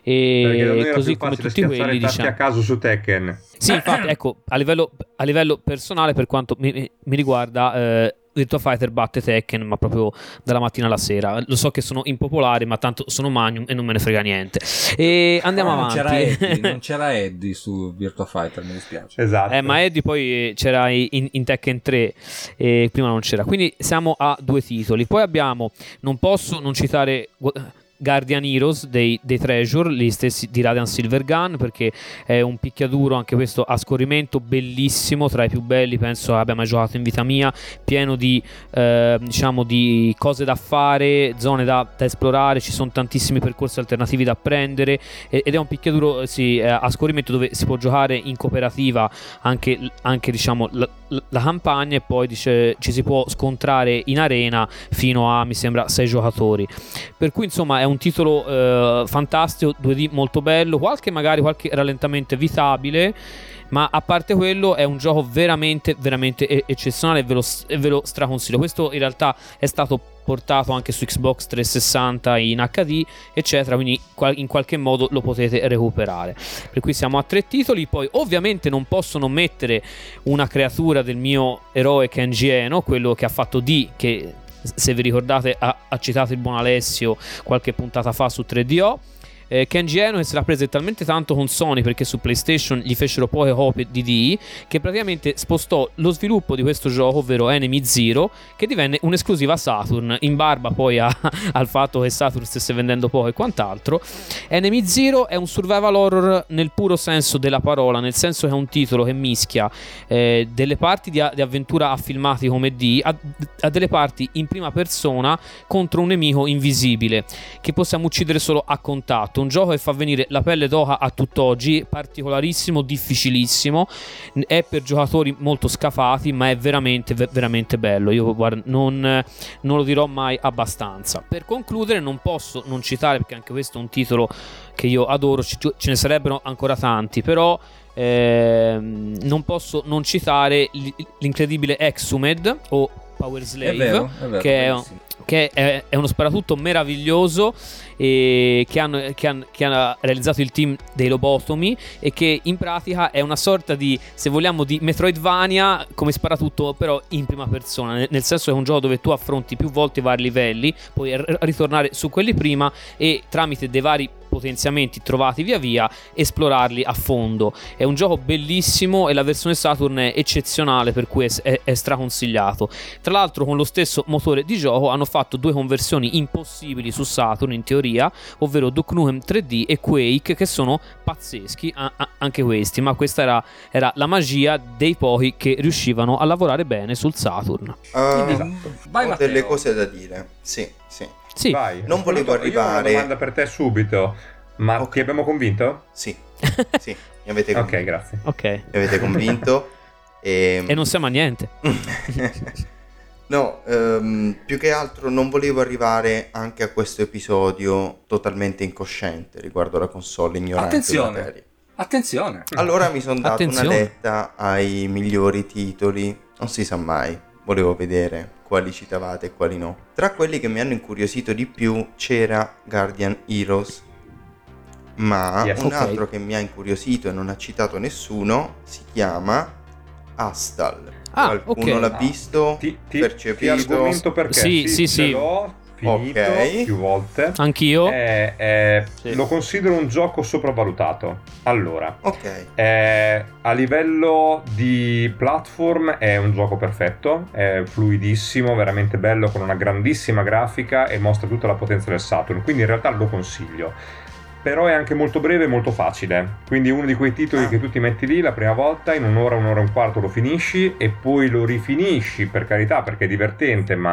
e così come tutti quelli diciamo a caso su Tekken. Sì, infatti, ecco, a livello, a livello personale, per quanto mi, mi riguarda, eh, Virtua Fighter batte Tekken, ma proprio dalla mattina alla sera. Lo so che sono impopolari, ma tanto sono Magnum e non me ne frega niente. E andiamo no, avanti. Non c'era, Eddie, non c'era Eddie su Virtua Fighter, mi dispiace. Esatto. Eh, ma Eddie poi c'era in, in Tekken tre e prima non c'era. Quindi siamo a due titoli. Poi abbiamo, non posso non citare Guardian Heroes dei, dei Treasure, gli stessi di Radiant Silvergun, perché è un picchiaduro anche questo a scorrimento bellissimo, tra i più belli penso abbia mai giocato in vita mia, pieno di eh, diciamo di cose da fare, zone da, da esplorare, ci sono tantissimi percorsi alternativi da prendere, ed è un picchiaduro sì, a scorrimento dove si può giocare in cooperativa anche, anche diciamo la, la campagna, e poi dice, ci si può scontrare in arena fino a mi sembra sei giocatori, per cui insomma è un titolo eh, fantastico, due D molto bello, qualche magari qualche rallentamento evitabile, ma a parte quello è un gioco veramente veramente eccezionale e ve lo, e ve lo straconsiglio. Questo in realtà è stato portato anche su Xbox trecentosessanta in acca di eccetera, quindi in qualche modo lo potete recuperare. Per cui siamo a tre titoli. Poi ovviamente non posso non mettere una creatura del mio eroe Kenji Eno, quello che ha fatto D, che se vi ricordate ha, ha citato il buon Alessio qualche puntata fa su tre D O. eh, Kenji Eno se l'ha presa talmente tanto con Sony, perché su PlayStation gli fecero poche copie di D, che praticamente spostò lo sviluppo di questo gioco, ovvero Enemy Zero, che divenne un'esclusiva Saturn, in barba poi a, al fatto che Saturn stesse vendendo poco e quant'altro. Enemy Zero è un survival horror nel puro senso della parola, nel senso che è un titolo che mischia eh, delle parti di, di avventura a filmati come D a, a delle parti in prima persona contro un nemico invisibile che possiamo uccidere solo a contatto. Un gioco che fa venire la pelle d'oca a tutt'oggi, particolarissimo, difficilissimo, è per giocatori molto scafati, ma è veramente veramente bello. Io guarda, non, non lo dirò mai abbastanza. Per concludere non posso non citare, perché anche questo è un titolo che io adoro, ce ne sarebbero ancora tanti, però eh, non posso non citare l'incredibile Exhumed o Power Slave, è vero, è vero, che, è, che è, è uno sparatutto meraviglioso, e che, hanno, che, hanno, che hanno realizzato il team dei Lobotomi, e che in pratica è una sorta di, se vogliamo, di Metroidvania come sparatutto, però in prima persona, nel, nel senso che è un gioco dove tu affronti più volte i vari livelli, puoi r- ritornare su quelli prima e tramite dei vari potenziamenti trovati via via esplorarli a fondo. È un gioco bellissimo e la versione Saturn è eccezionale, per cui è, è straconsigliato. Tra l'altro con lo stesso motore di gioco hanno fatto due conversioni impossibili su Saturn in teoria, ovvero Duke Nukem tre D e Quake, che sono pazzeschi a- a- anche questi, ma questa era, era la magia dei pochi che riuscivano a lavorare bene sul Saturn. Uh, esatto. Vai, ho Matteo. delle cose da dire. Sì, sì. Sì. Vai. Non volevo arrivare. Io ho una domanda per te subito. Ma okay. Ti abbiamo convinto? Sì, sì, mi avete convinto. Ok, grazie. Ok. Mi avete convinto. e... e non siamo a niente. No, um, più che altro non volevo arrivare anche a questo episodio totalmente incosciente riguardo la console, ignorante. Attenzione, attenzione. Allora mi sono dato Attenzione. una letta ai migliori titoli, non si sa mai. Volevo vedere quali citavate e quali no. Tra quelli che mi hanno incuriosito di più c'era Guardian Heroes, ma Yes. un Ok. altro che mi ha incuriosito e non ha citato nessuno si chiama Astal. Ah, Qualcuno ok. l'ha visto, Ti, ti, ti percepito? argomento perché Sì, sì, ce sì. l'ho finito Ok. più volte. Anch'io. Eh, eh, Sì. Lo considero un gioco sopravvalutato. Allora, Ok. eh, a livello di platform è un gioco perfetto, è fluidissimo, veramente bello, con una grandissima grafica e mostra tutta la potenza del Saturn, quindi in realtà lo consiglio. Però è anche molto breve e molto facile, quindi uno di quei titoli Ah. che tu ti metti lì la prima volta, in un'ora, un'ora e un quarto lo finisci e poi lo rifinisci, per carità, perché è divertente, ma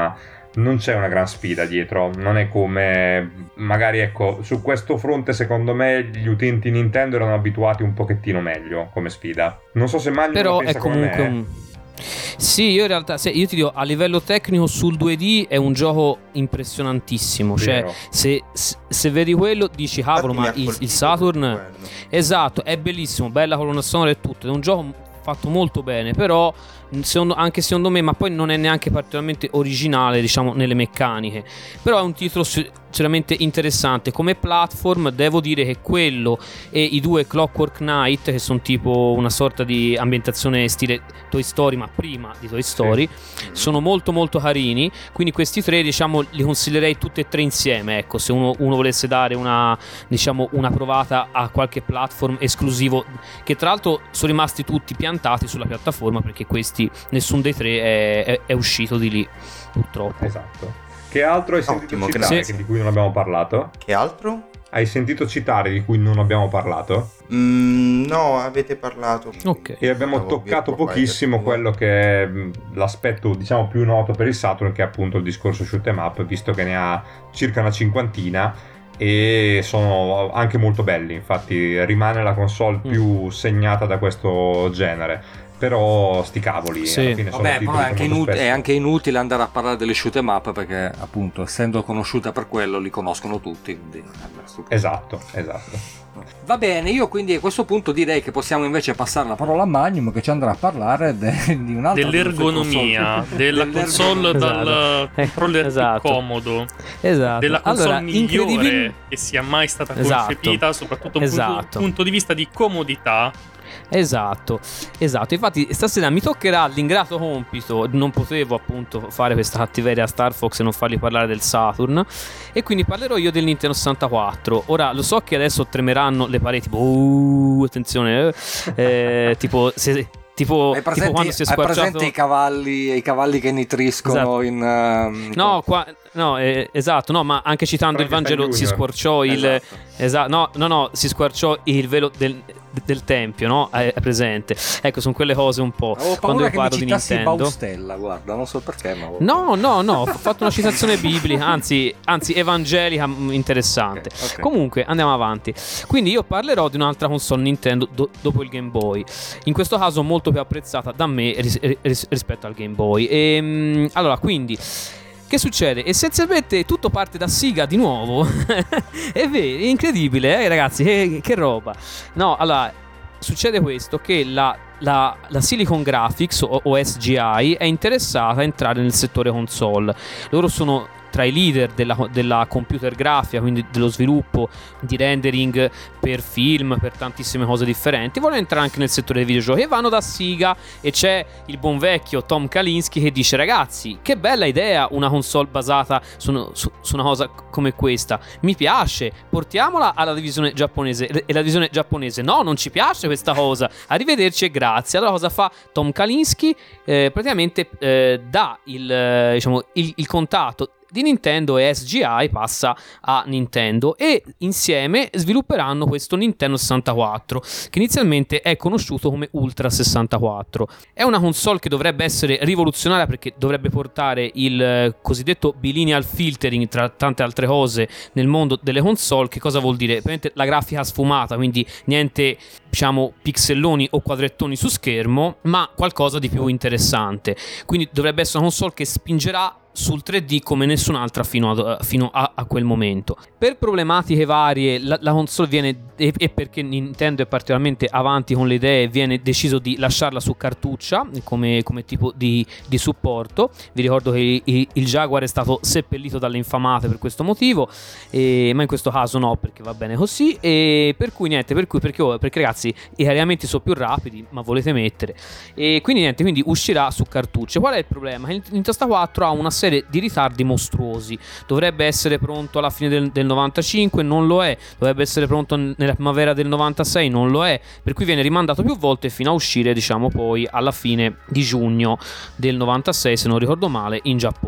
non c'è una gran sfida dietro, non è come magari, ecco, su questo fronte secondo me gli utenti Nintendo erano abituati un pochettino meglio come sfida. Non so se Magnum però la pensa è comunque come me. un... Sì, io in realtà, se, io ti dico, a livello tecnico sul due D è un gioco impressionantissimo. Vero. Cioè, se, se, se vedi quello dici, cavolo, ma il, il Saturn, esatto, è bellissimo, bella colonna sonora e tutto. È un gioco fatto molto bene, però secondo, anche secondo me, ma poi non è neanche particolarmente originale, diciamo, nelle meccaniche. Però è un titolo sicuramente interessante come platform. Devo dire che quello e i due Clockwork Knight, che sono tipo una sorta di ambientazione stile Toy Story, ma prima di Toy Story, sì, sono molto molto carini. Quindi questi tre, diciamo, li consiglierei tutti e tre insieme. Ecco, se uno, uno volesse dare una, diciamo, una provata a qualche platform esclusivo, che tra l'altro sono rimasti tutti piantati sulla piattaforma, perché questi, nessun dei tre è, è, è uscito di lì, purtroppo. Esatto. Che altro hai sentito Ottimo, citare sì. di cui non abbiamo parlato? Che altro? Hai sentito citare di cui non abbiamo parlato? Mm, no, avete parlato. Ok. E abbiamo Stavo toccato Virtua pochissimo Fighter quello che è l'aspetto, diciamo, più noto per il Saturn, che è appunto il discorso shoot 'em up, visto che ne ha circa una cinquantina e sono anche molto belli. Infatti rimane la console Mm. più segnata da questo genere. Però sti cavoli, Sì. alla fine sono Vabbè, titoli però è che anche, molto inut- spesso- è anche inutile andare a parlare delle shoot 'em up, perché appunto, essendo conosciuta per quello, li conoscono tutti, quindi, eh, beh, sto- Esatto, esatto. Va bene, io quindi a questo punto direi che possiamo invece passare la parola a Magnum, che ci andrà a parlare de- di un'altra dell'ergonomia console. della console dal Esatto. controller Esatto. più comodo, Esatto. della console Allora, migliore incredibil- che sia mai stata Esatto. concepita, soprattutto da un Esatto. punto, punto di vista di comodità. Esatto, esatto. Infatti stasera mi toccherà l'ingrato compito, non potevo appunto fare questa cattiveria a Star Fox e non fargli parlare del Saturn, e quindi parlerò io del Nintendo sessantaquattro. Ora lo so che adesso tremeranno le pareti, tipo, uh, attenzione, eh, tipo se... Tipo, Hai presenti, tipo quando si è hai squarciato presente i cavalli, i cavalli che nitriscono Esatto. in... um, No, qua, no, eh, esatto, no, ma anche citando il Frankenstein Vangelo si Junior. squarciò il Esatto. esatto, no, no, no, si squarciò il velo del, del tempio, no? È, è presente. Ecco, sono quelle cose un po'. Avevo Quando paura io che mi parlo di citassi Nintendo. Baustella, guarda, non so perché, ma... No, no, no, ho fatto una citazione biblica, anzi, anzi evangelica, mh, interessante. Ok, ok. Comunque, andiamo avanti. Quindi io parlerò di un'altra console Nintendo do- dopo il Game Boy. In questo caso molto più apprezzata da me ris- ris- rispetto al Game Boy. E, mh, allora, quindi... Che succede? Essenzialmente tutto parte da Sega di nuovo. È vero, è incredibile, eh, ragazzi, che, che roba. No, allora, succede questo, che la, la, la Silicon Graphics o, o S G I è interessata a entrare nel settore console. Loro sono tra i leader della, della computer grafica, quindi dello sviluppo di rendering per film, per tantissime cose differenti. Vogliono entrare anche nel settore dei videogiochi e vanno da Sega, e c'è il buon vecchio Tom Kalinske che dice: ragazzi, che bella idea una console basata su, su, su una cosa come questa, mi piace, portiamola alla divisione giapponese. E la divisione giapponese: no, non ci piace questa cosa, arrivederci e grazie. Allora cosa fa Tom Kalinske? Eh, praticamente eh, dà il, eh, diciamo, il, il contatto di Nintendo, e S G I passa a Nintendo, e insieme svilupperanno questo Nintendo sessantaquattro, che inizialmente è conosciuto come Ultra sessantaquattro. È una console che dovrebbe essere rivoluzionaria, perché dovrebbe portare il eh, cosiddetto bilineal filtering, tra tante altre cose, nel mondo delle console. Che cosa vuol dire? Praticamente la grafica sfumata, quindi niente, diciamo, pixelloni o quadrettoni su schermo, ma qualcosa di più interessante. Quindi dovrebbe essere una console che spingerà sul tre D come nessun'altra fino, a, fino a, a quel momento. Per problematiche varie la, la console viene, e, e perché Nintendo è particolarmente avanti con le idee, viene deciso di lasciarla su cartuccia come, come tipo di, di supporto. Vi ricordo che il, il Jaguar è stato seppellito dalle infamate per questo motivo, e, ma in questo caso no, perché va bene così. E per cui niente, per cui perché, perché ragazzi, i caricamenti sono più rapidi, ma volete mettere, e quindi niente, quindi uscirà su cartucce. Qual è il problema? Il Nintendo sessantaquattro ha una serie di ritardi mostruosi. Dovrebbe essere pronto alla fine del, del novantacinque, non lo è. Dovrebbe essere pronto nella primavera del novantasei, non lo è. Per cui viene rimandato più volte fino a uscire, diciamo, poi alla fine di giugno del novantasei, se non ricordo male, in Giappone.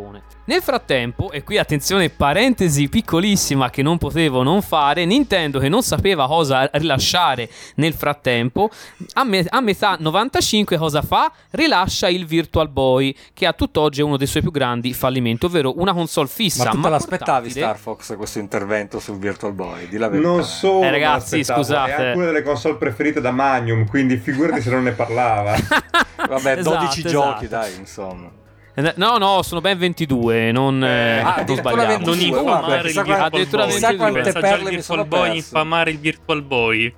Nel frattempo, e qui attenzione, parentesi piccolissima che non potevo non fare, Nintendo, che non sapeva cosa rilasciare nel frattempo, a, me- a metà novantacinque cosa fa? Rilascia il Virtual Boy, che a tutt'oggi è uno dei suoi più grandi fallimenti, ovvero una console fissa. Ma tu te ma l'aspettavi, portatile. Star Fox, questo intervento sul Virtual Boy? Di la verità. Non solo, Eh, ragazzi, me l'aspettavo, scusate. è anche una delle console preferite da Magnum, quindi figurati se non ne parlava. Vabbè, Esatto, dodici giochi, esatto. dai, insomma. No, no, sono ben ventidue, non, eh, ah, non addirittura sbagliamo. ventidue, Non guarda, infamare il chissà Virtual quante- addirittura Boy. chissà quante Pensa già perle al mi Virtual sono Boy, perse. infamare il Virtual Boy.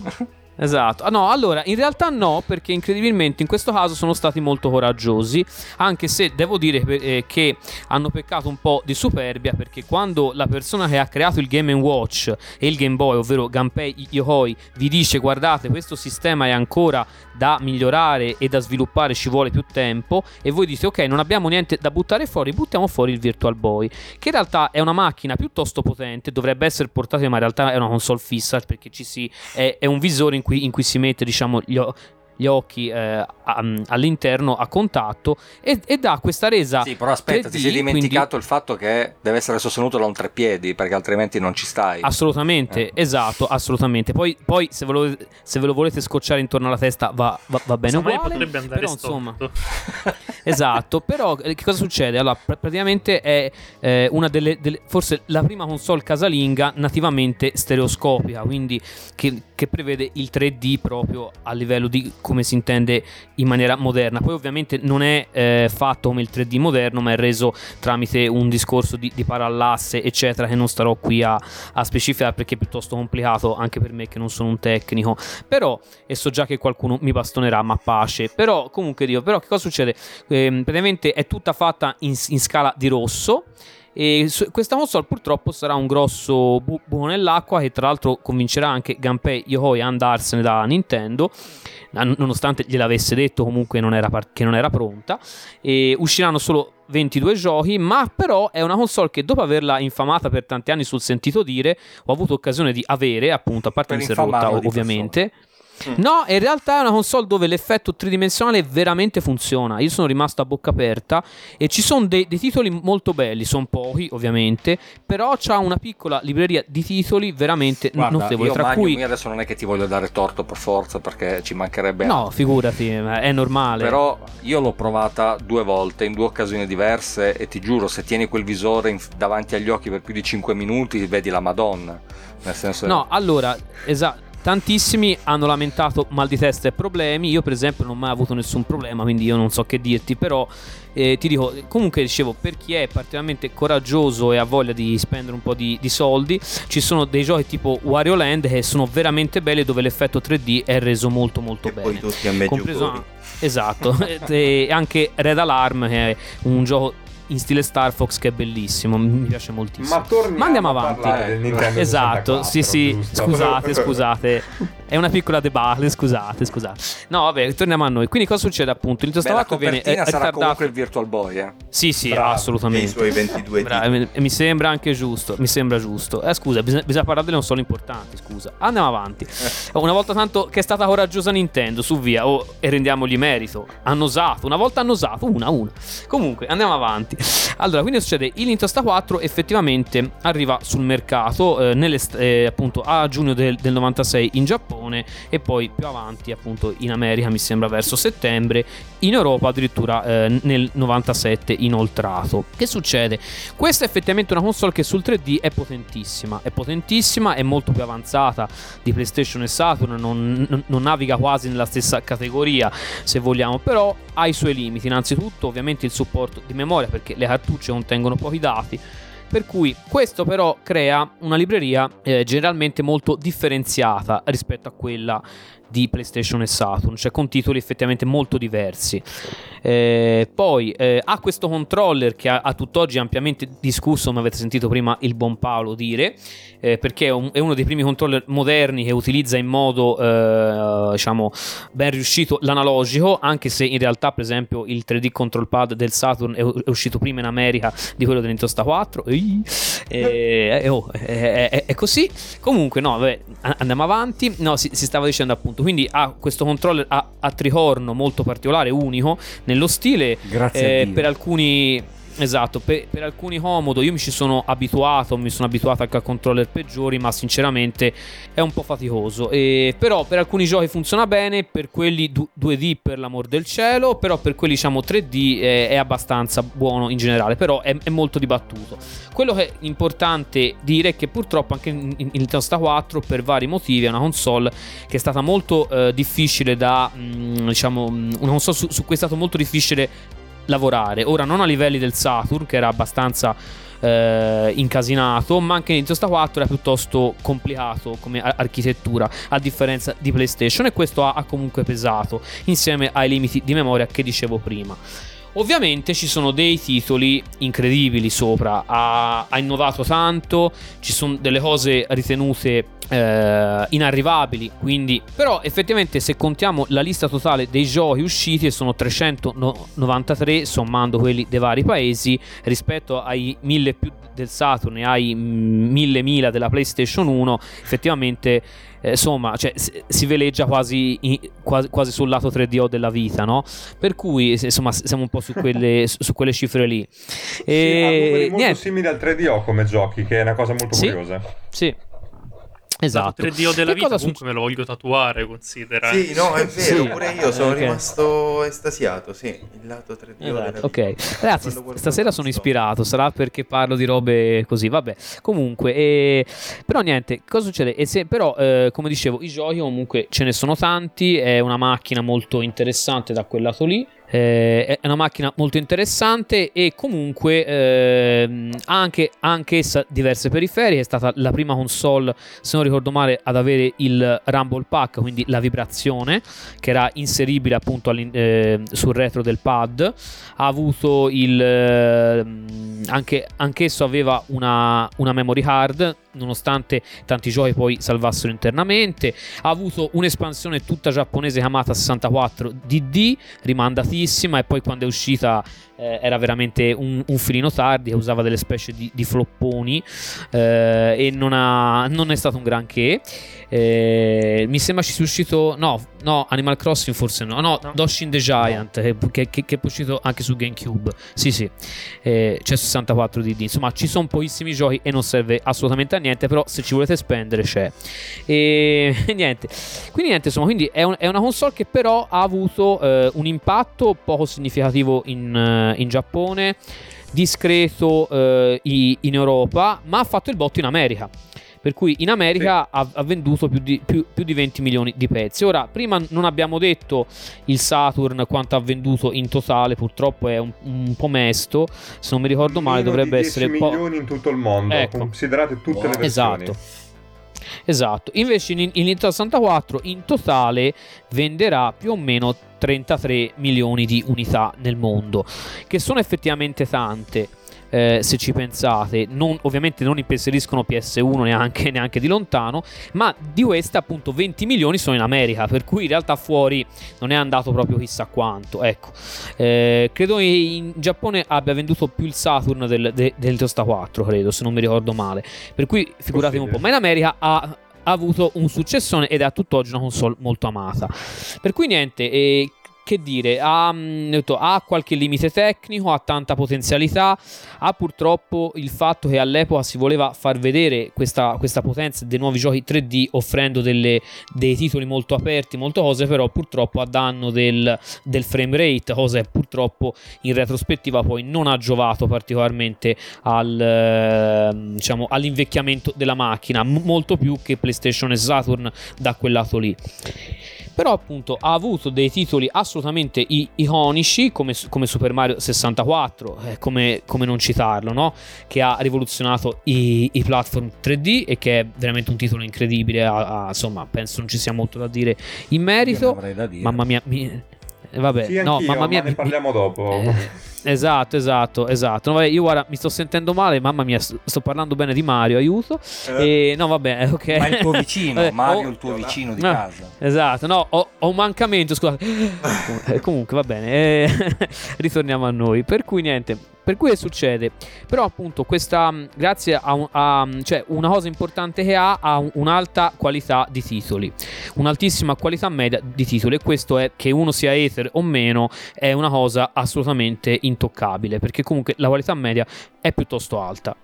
Esatto, ah, no, allora in realtà no, perché incredibilmente in questo caso sono stati molto coraggiosi, anche se devo dire eh, che hanno peccato un po' di superbia, perché quando la persona che ha creato il Game and Watch e il Game Boy, ovvero Gunpei Yokoi, vi dice guardate questo sistema è ancora da migliorare e da sviluppare, ci vuole più tempo, e voi dite ok, non abbiamo niente da buttare fuori, buttiamo fuori il Virtual Boy, che in realtà è una macchina piuttosto potente, dovrebbe essere portatile, ma in realtà è una console fissa, perché ci si è, è un visore in cui, in cui si mette, diciamo, gli, o- gli occhi eh, a- all'interno a contatto, e, e dà questa resa. Sì, però aspetta, tre D, ti sei dimenticato quindi- il fatto che deve essere sostenuto da un treppiedi, perché altrimenti non ci stai. Assolutamente, Eh. esatto, assolutamente. Poi, poi se, ve lo, se ve lo volete scocciare intorno alla testa va, va, va bene Casomai uguale. potrebbe andare Però insomma, storto. esatto. Però eh, che cosa succede? Allora, pr- praticamente è eh, una delle, delle forse la prima console casalinga nativamente stereoscopica, quindi che, che prevede il tre D proprio a livello di come si intende in maniera moderna. Poi ovviamente non è eh, fatto come il tre D moderno, ma è reso tramite un discorso di, di parallasse eccetera, che non starò qui a, a specificare perché è piuttosto complicato anche per me che non sono un tecnico, però, e so già che qualcuno mi bastonerà, ma pace. Però comunque Dio, però che cosa succede? Ehm, praticamente è tutta fatta in, in scala di rosso. E su- questa console purtroppo sarà un grosso bu- buco nell'acqua, che tra l'altro convincerà anche Gunpei Yokoi a andarsene da Nintendo, nan- nonostante gliel'avesse detto comunque non era par- che non era pronta. E usciranno solo ventidue giochi, ma però è una console che dopo averla infamata per tanti anni sul sentito dire, ho avuto occasione di avere, appunto, a parte Per mi si è rotta infamarla di ovviamente. No, in realtà è una console dove l'effetto tridimensionale veramente funziona. Io sono rimasto a bocca aperta e ci sono dei, dei titoli molto belli, sono pochi ovviamente, però c'ha una piccola libreria di titoli veramente Guarda, notevole, io tra Magnum, cui io adesso non è che ti voglio dare torto per forza, perché ci mancherebbe no, altro. figurati, è normale. Però io l'ho provata due volte in due occasioni diverse e ti giuro, se tieni quel visore in- davanti agli occhi per più di cinque minuti vedi la Madonna, nel senso No, allora, esatto. Tantissimi hanno lamentato mal di testa e problemi. Io per esempio non ho mai avuto nessun problema, quindi io non so che dirti. Però eh, ti dico, comunque dicevo, per chi è particolarmente coraggioso e ha voglia di spendere un po' di, di soldi, ci sono dei giochi tipo Wario Land che sono veramente belli, dove l'effetto tre D è reso molto molto E bene. poi tutti a me Compreso giocatori. esatto. E anche Red Alarm, che è un gioco in stile Star Fox che è bellissimo, mi piace moltissimo. Ma torniamo Ma andiamo a avanti. parlare del Nintendo Esatto, sì sì, sessantaquattro, giusto? scusate, scusate. È una piccola debacle, scusate, scusate. No, vabbè, torniamo a noi. Quindi cosa succede appunto? Il Beh, la Nintendo viene copertina eh, sarà ritardato. comunque il Virtual Boy, eh. Sì, sì, Bravo. E i assolutamente. suoi ventidue Bra- titoli. mi mi sembra anche giusto, mi sembra giusto. Eh, scusa, bisogna, bisogna parlare delle console importanti, scusa. Andiamo avanti. Una volta tanto che è stata coraggiosa Nintendo, su via, oh, e rendiamogli merito. Hanno osato, una volta hanno osato, una, una. Comunque, andiamo avanti. Allora, quindi succede, il Nintendo sessantaquattro effettivamente arriva sul mercato eh, nelle, eh, appunto a giugno del, del novantasei in Giappone, e poi più avanti appunto in America, mi sembra verso settembre, in Europa addirittura eh, nel novantasette inoltrato. Che succede? Questa è effettivamente una console che sul tre D è potentissima, è potentissima, è molto più avanzata di PlayStation e Saturn, non, non, non naviga quasi nella stessa categoria se vogliamo, però ha i suoi limiti. Innanzitutto ovviamente il supporto di memoria, perché le cartucce contengono pochi dati, per cui questo però crea una libreria eh, generalmente molto differenziata rispetto a quella di PlayStation e Saturn, cioè con titoli effettivamente molto diversi. Eh, poi eh, ha questo controller che a, a tutt'oggi è ampiamente discusso, come avete sentito prima il buon Paolo dire, eh, perché è, un, è uno dei primi controller moderni che utilizza in modo eh, diciamo ben riuscito l'analogico, anche se in realtà per esempio il tre D control pad del Saturn è, è uscito prima in America di quello del Nintendo sessantaquattro. Ehi, eh, eh, oh, è, è, è così. Comunque no, vabbè, andiamo avanti. No, si, si stava dicendo appunto, quindi ha questo controller a, a tricorno molto particolare, unico nello stile. Grazie a eh, Dio. per alcuni esatto, per, per alcuni comodo. Io mi ci sono abituato, mi sono abituato anche a controller peggiori, ma sinceramente è un po' faticoso. E, però per alcuni giochi funziona bene, per quelli du- due D per l'amor del cielo, però per quelli diciamo tre D è, è abbastanza buono in generale, però è, è molto dibattuto. Quello che è importante dire è che purtroppo anche in, in, in Tosta quattro per vari motivi è una console che è stata molto eh, difficile da mh, diciamo mh, una console su, su cui è stato molto difficile lavorare. Ora non a livelli del Saturn, che era abbastanza eh, incasinato, ma anche Nintendo quattro era piuttosto complicato come ar- architettura, a differenza di PlayStation, e questo ha, ha comunque pesato insieme ai limiti di memoria che dicevo prima. Ovviamente ci sono dei titoli incredibili sopra, ha, ha innovato tanto, ci sono delle cose ritenute eh, inarrivabili, quindi però effettivamente se contiamo la lista totale dei giochi usciti, sono trecentonovantatré sommando quelli dei vari paesi, rispetto ai mille più del Saturn e ai mille mila della PlayStation uno, effettivamente eh, insomma, cioè, si veleggia quasi, quasi, quasi sul lato tre D O della vita, no? Per cui insomma siamo un po' su quelle, su quelle cifre lì. E sì, molto niente. Simili al tre D O come giochi, che è una cosa molto sì, curiosa. Sì. Esatto. Il tre D O della che vita cosa comunque succe- me lo voglio tatuare, considera. Sì, no, è vero, sì. pure io sono okay. rimasto estasiato, sì, il lato tre D O esatto. della vita. Ok, ragazzi, stasera sono ispirato, sarà perché parlo di robe così, vabbè. Comunque, eh, però niente, cosa succede? E se, però, eh, come dicevo, i giochi comunque ce ne sono tanti, è una macchina molto interessante da quel lato lì. Eh, è una macchina molto interessante e comunque eh, ha anche anch'essa diverse periferiche. È stata la prima console, se non ricordo male, ad avere il Rumble Pack, quindi la vibrazione che era inseribile appunto eh, sul retro del pad. Ha avuto il eh, anche anch'esso aveva una, una memory card, nonostante tanti giochi poi salvassero internamente. Ha avuto un'espansione tutta giapponese chiamata sessantaquattro D D, rimandatissima, e poi quando è uscita eh, era veramente un, un filino tardi, che usava delle specie di, di flopponi eh, e non, ha, non è stato un granché. Eh, mi sembra ci sia uscito no, no, Animal Crossing forse no, no, no. Doshin the Giant no. che, che, che è uscito anche su GameCube, sì sì, eh, c'è sessantaquattro D D, insomma ci sono pochissimi giochi e non serve assolutamente a niente, però se ci volete spendere c'è. E niente, quindi niente, insomma, quindi è, un, è una console che però ha avuto eh, un impatto poco significativo in, in Giappone, discreto eh, in Europa, ma ha fatto il botto in America. Per cui in America sì. ha, ha venduto più di, più, più di venti milioni di pezzi. Ora, prima non abbiamo detto il Saturn quanto ha venduto in totale, purtroppo è un, un po' mesto, se non mi ricordo male Meno dovrebbe di essere dieci milioni po- in tutto il mondo, ecco. Considerate tutte wow. le versioni. Esatto. Esatto. Invece in, in Nintendo sessantaquattro in totale venderà più o meno trentatré milioni di unità nel mondo, che sono effettivamente tante. Eh, se ci pensate, non, ovviamente non impensieriscono P S uno neanche, neanche di lontano, ma di queste appunto venti milioni sono in America, per cui in realtà fuori non è andato proprio chissà quanto, ecco. Eh, credo che in Giappone abbia venduto più il Saturn del, de, del Tosta quattro, credo, se non mi ricordo male, per cui figuratevi un po', ma in America ha ha avuto un successone ed è a tutt'oggi una console molto amata, per cui niente. E che dire, ha, ha qualche limite tecnico, ha tanta potenzialità, ha purtroppo il fatto che all'epoca si voleva far vedere questa, questa potenza dei nuovi giochi tre D offrendo delle, dei titoli molto aperti, molte cose, però purtroppo a danno del, del frame rate, cosa che purtroppo in retrospettiva poi non ha giovato particolarmente al, diciamo, all'invecchiamento della macchina, m- molto più che PlayStation e Saturn da quel lato lì. Però appunto ha avuto dei titoli assolutamente i- iconici come, come Super Mario sessantaquattro, eh, come, come non citarlo, no? Che ha rivoluzionato i, i platform tre D e che è veramente un titolo incredibile, a, a, insomma penso non ci sia molto da dire in merito. Da dire. Mamma mia, mi, vabbè, sì, no, mamma mia, ma ne parliamo mi, dopo. Eh, esatto, esatto, esatto. No, vabbè, io guarda, mi sto sentendo male, mamma mia, sto parlando bene di Mario, aiuto. Eh. E no, vabbè, ok. Ma il tuo vicino, Vabbè, Mario, oh, il tuo vicino di no, casa. Esatto, no, ho, ho un mancamento, scusate. eh, comunque va bene, eh, ritorniamo a noi. Per cui niente, per cui che succede? Però appunto questa, grazie a, un, a cioè una cosa importante che ha, ha un'alta qualità di titoli, un'altissima qualità media di titoli, e questo è, che uno sia hater o meno, è una cosa assolutamente intoccabile, perché comunque la qualità media è piuttosto alta.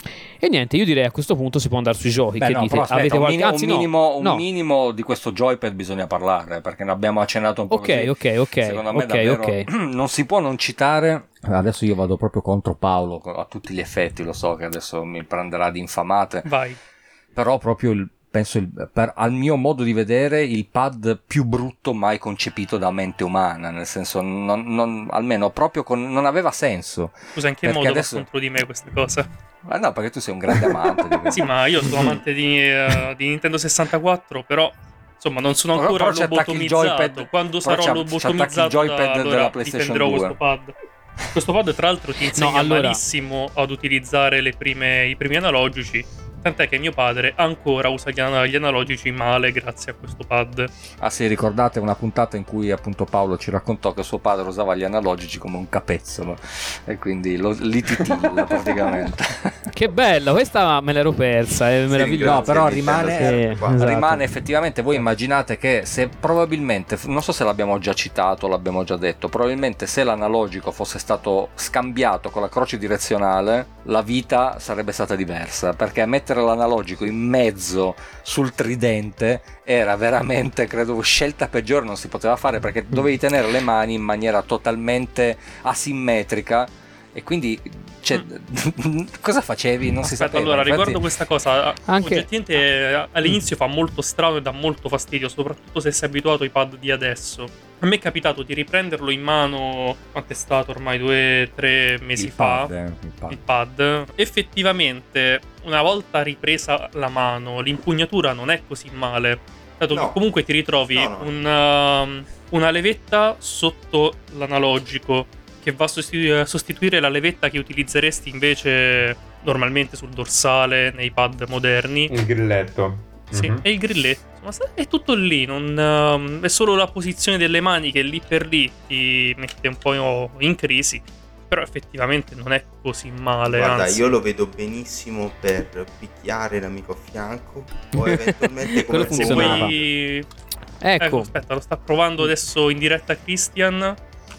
E niente, io direi a questo punto si può andare sui giochi. Beh, che no, dite? aspetta, Avete un, qualche... minimo, Anzi, un, no, minimo, un no. minimo di questo joypad bisogna parlare, perché ne abbiamo accennato un po' Ok, così. ok, ok. Secondo me ok, davvero ok. non si può non citare. Adesso io vado proprio contro Paolo a tutti gli effetti, lo so che adesso mi prenderà di infamate. Vai. Però proprio il, penso il, per, al mio modo di vedere il pad più brutto mai concepito da mente umana, nel senso non, non, almeno proprio con, non aveva senso. Scusa, in che Perché modo adesso... va contro di me questa cosa? Ah, no, perché tu sei un grande amante di Sì, ma io sono amante di, uh, di Nintendo sessantaquattro, però insomma non sono ancora però, però lobotomizzato. Quando sarò lobotomizzato da, allora difenderò questo pad. Questo pad tra l'altro ti insegna no, allora... malissimo ad utilizzare le prime, i primi analogici. Tant'è che mio padre ancora usa gli, gli analogici male grazie a questo pad. Ah sì, ricordate una puntata in cui appunto Paolo ci raccontò che suo padre usava gli analogici come un capezzolo e quindi lo, li titilla praticamente. Che bella, questa me l'ero persa, è meraviglioso. No, però rimane, eh, esatto. rimane effettivamente, voi immaginate che se probabilmente, non so se l'abbiamo già citato, l'abbiamo già detto, probabilmente se l'analogico fosse stato scambiato con la croce direzionale, la vita sarebbe stata diversa, perché mettere l'analogico in mezzo sul tridente era veramente, credo, scelta peggiore non si poteva fare, perché dovevi tenere le mani in maniera totalmente asimmetrica e quindi cioè, mm. cosa facevi? Non Aspetta, si sapeva. allora infatti... riguardo questa cosa, Anche... oggettivamente all'inizio fa molto strano e dà molto fastidio, soprattutto se sei abituato ai pad di adesso. A me è capitato di riprenderlo in mano, quanto è stato ormai due tre mesi il fa, pad, eh, il, pad. il pad. Effettivamente, una volta ripresa la mano, l'impugnatura non è così male, dato no. che comunque ti ritrovi no, no. Una, una levetta sotto l'analogico che va a sostitu- sostituire la levetta che utilizzeresti invece normalmente sul dorsale nei pad moderni. Il grilletto. Sì, mm-hmm. E il grilletto. Insomma, è tutto lì, non, um, è solo la posizione delle mani che lì per lì ti mette un po' in crisi. Però effettivamente non è così male. Guarda, anzi. io lo vedo benissimo per picchiare l'amico a fianco o eventualmente come funzionava. Poi... Ecco. ecco, aspetta, lo sta provando adesso in diretta Christian.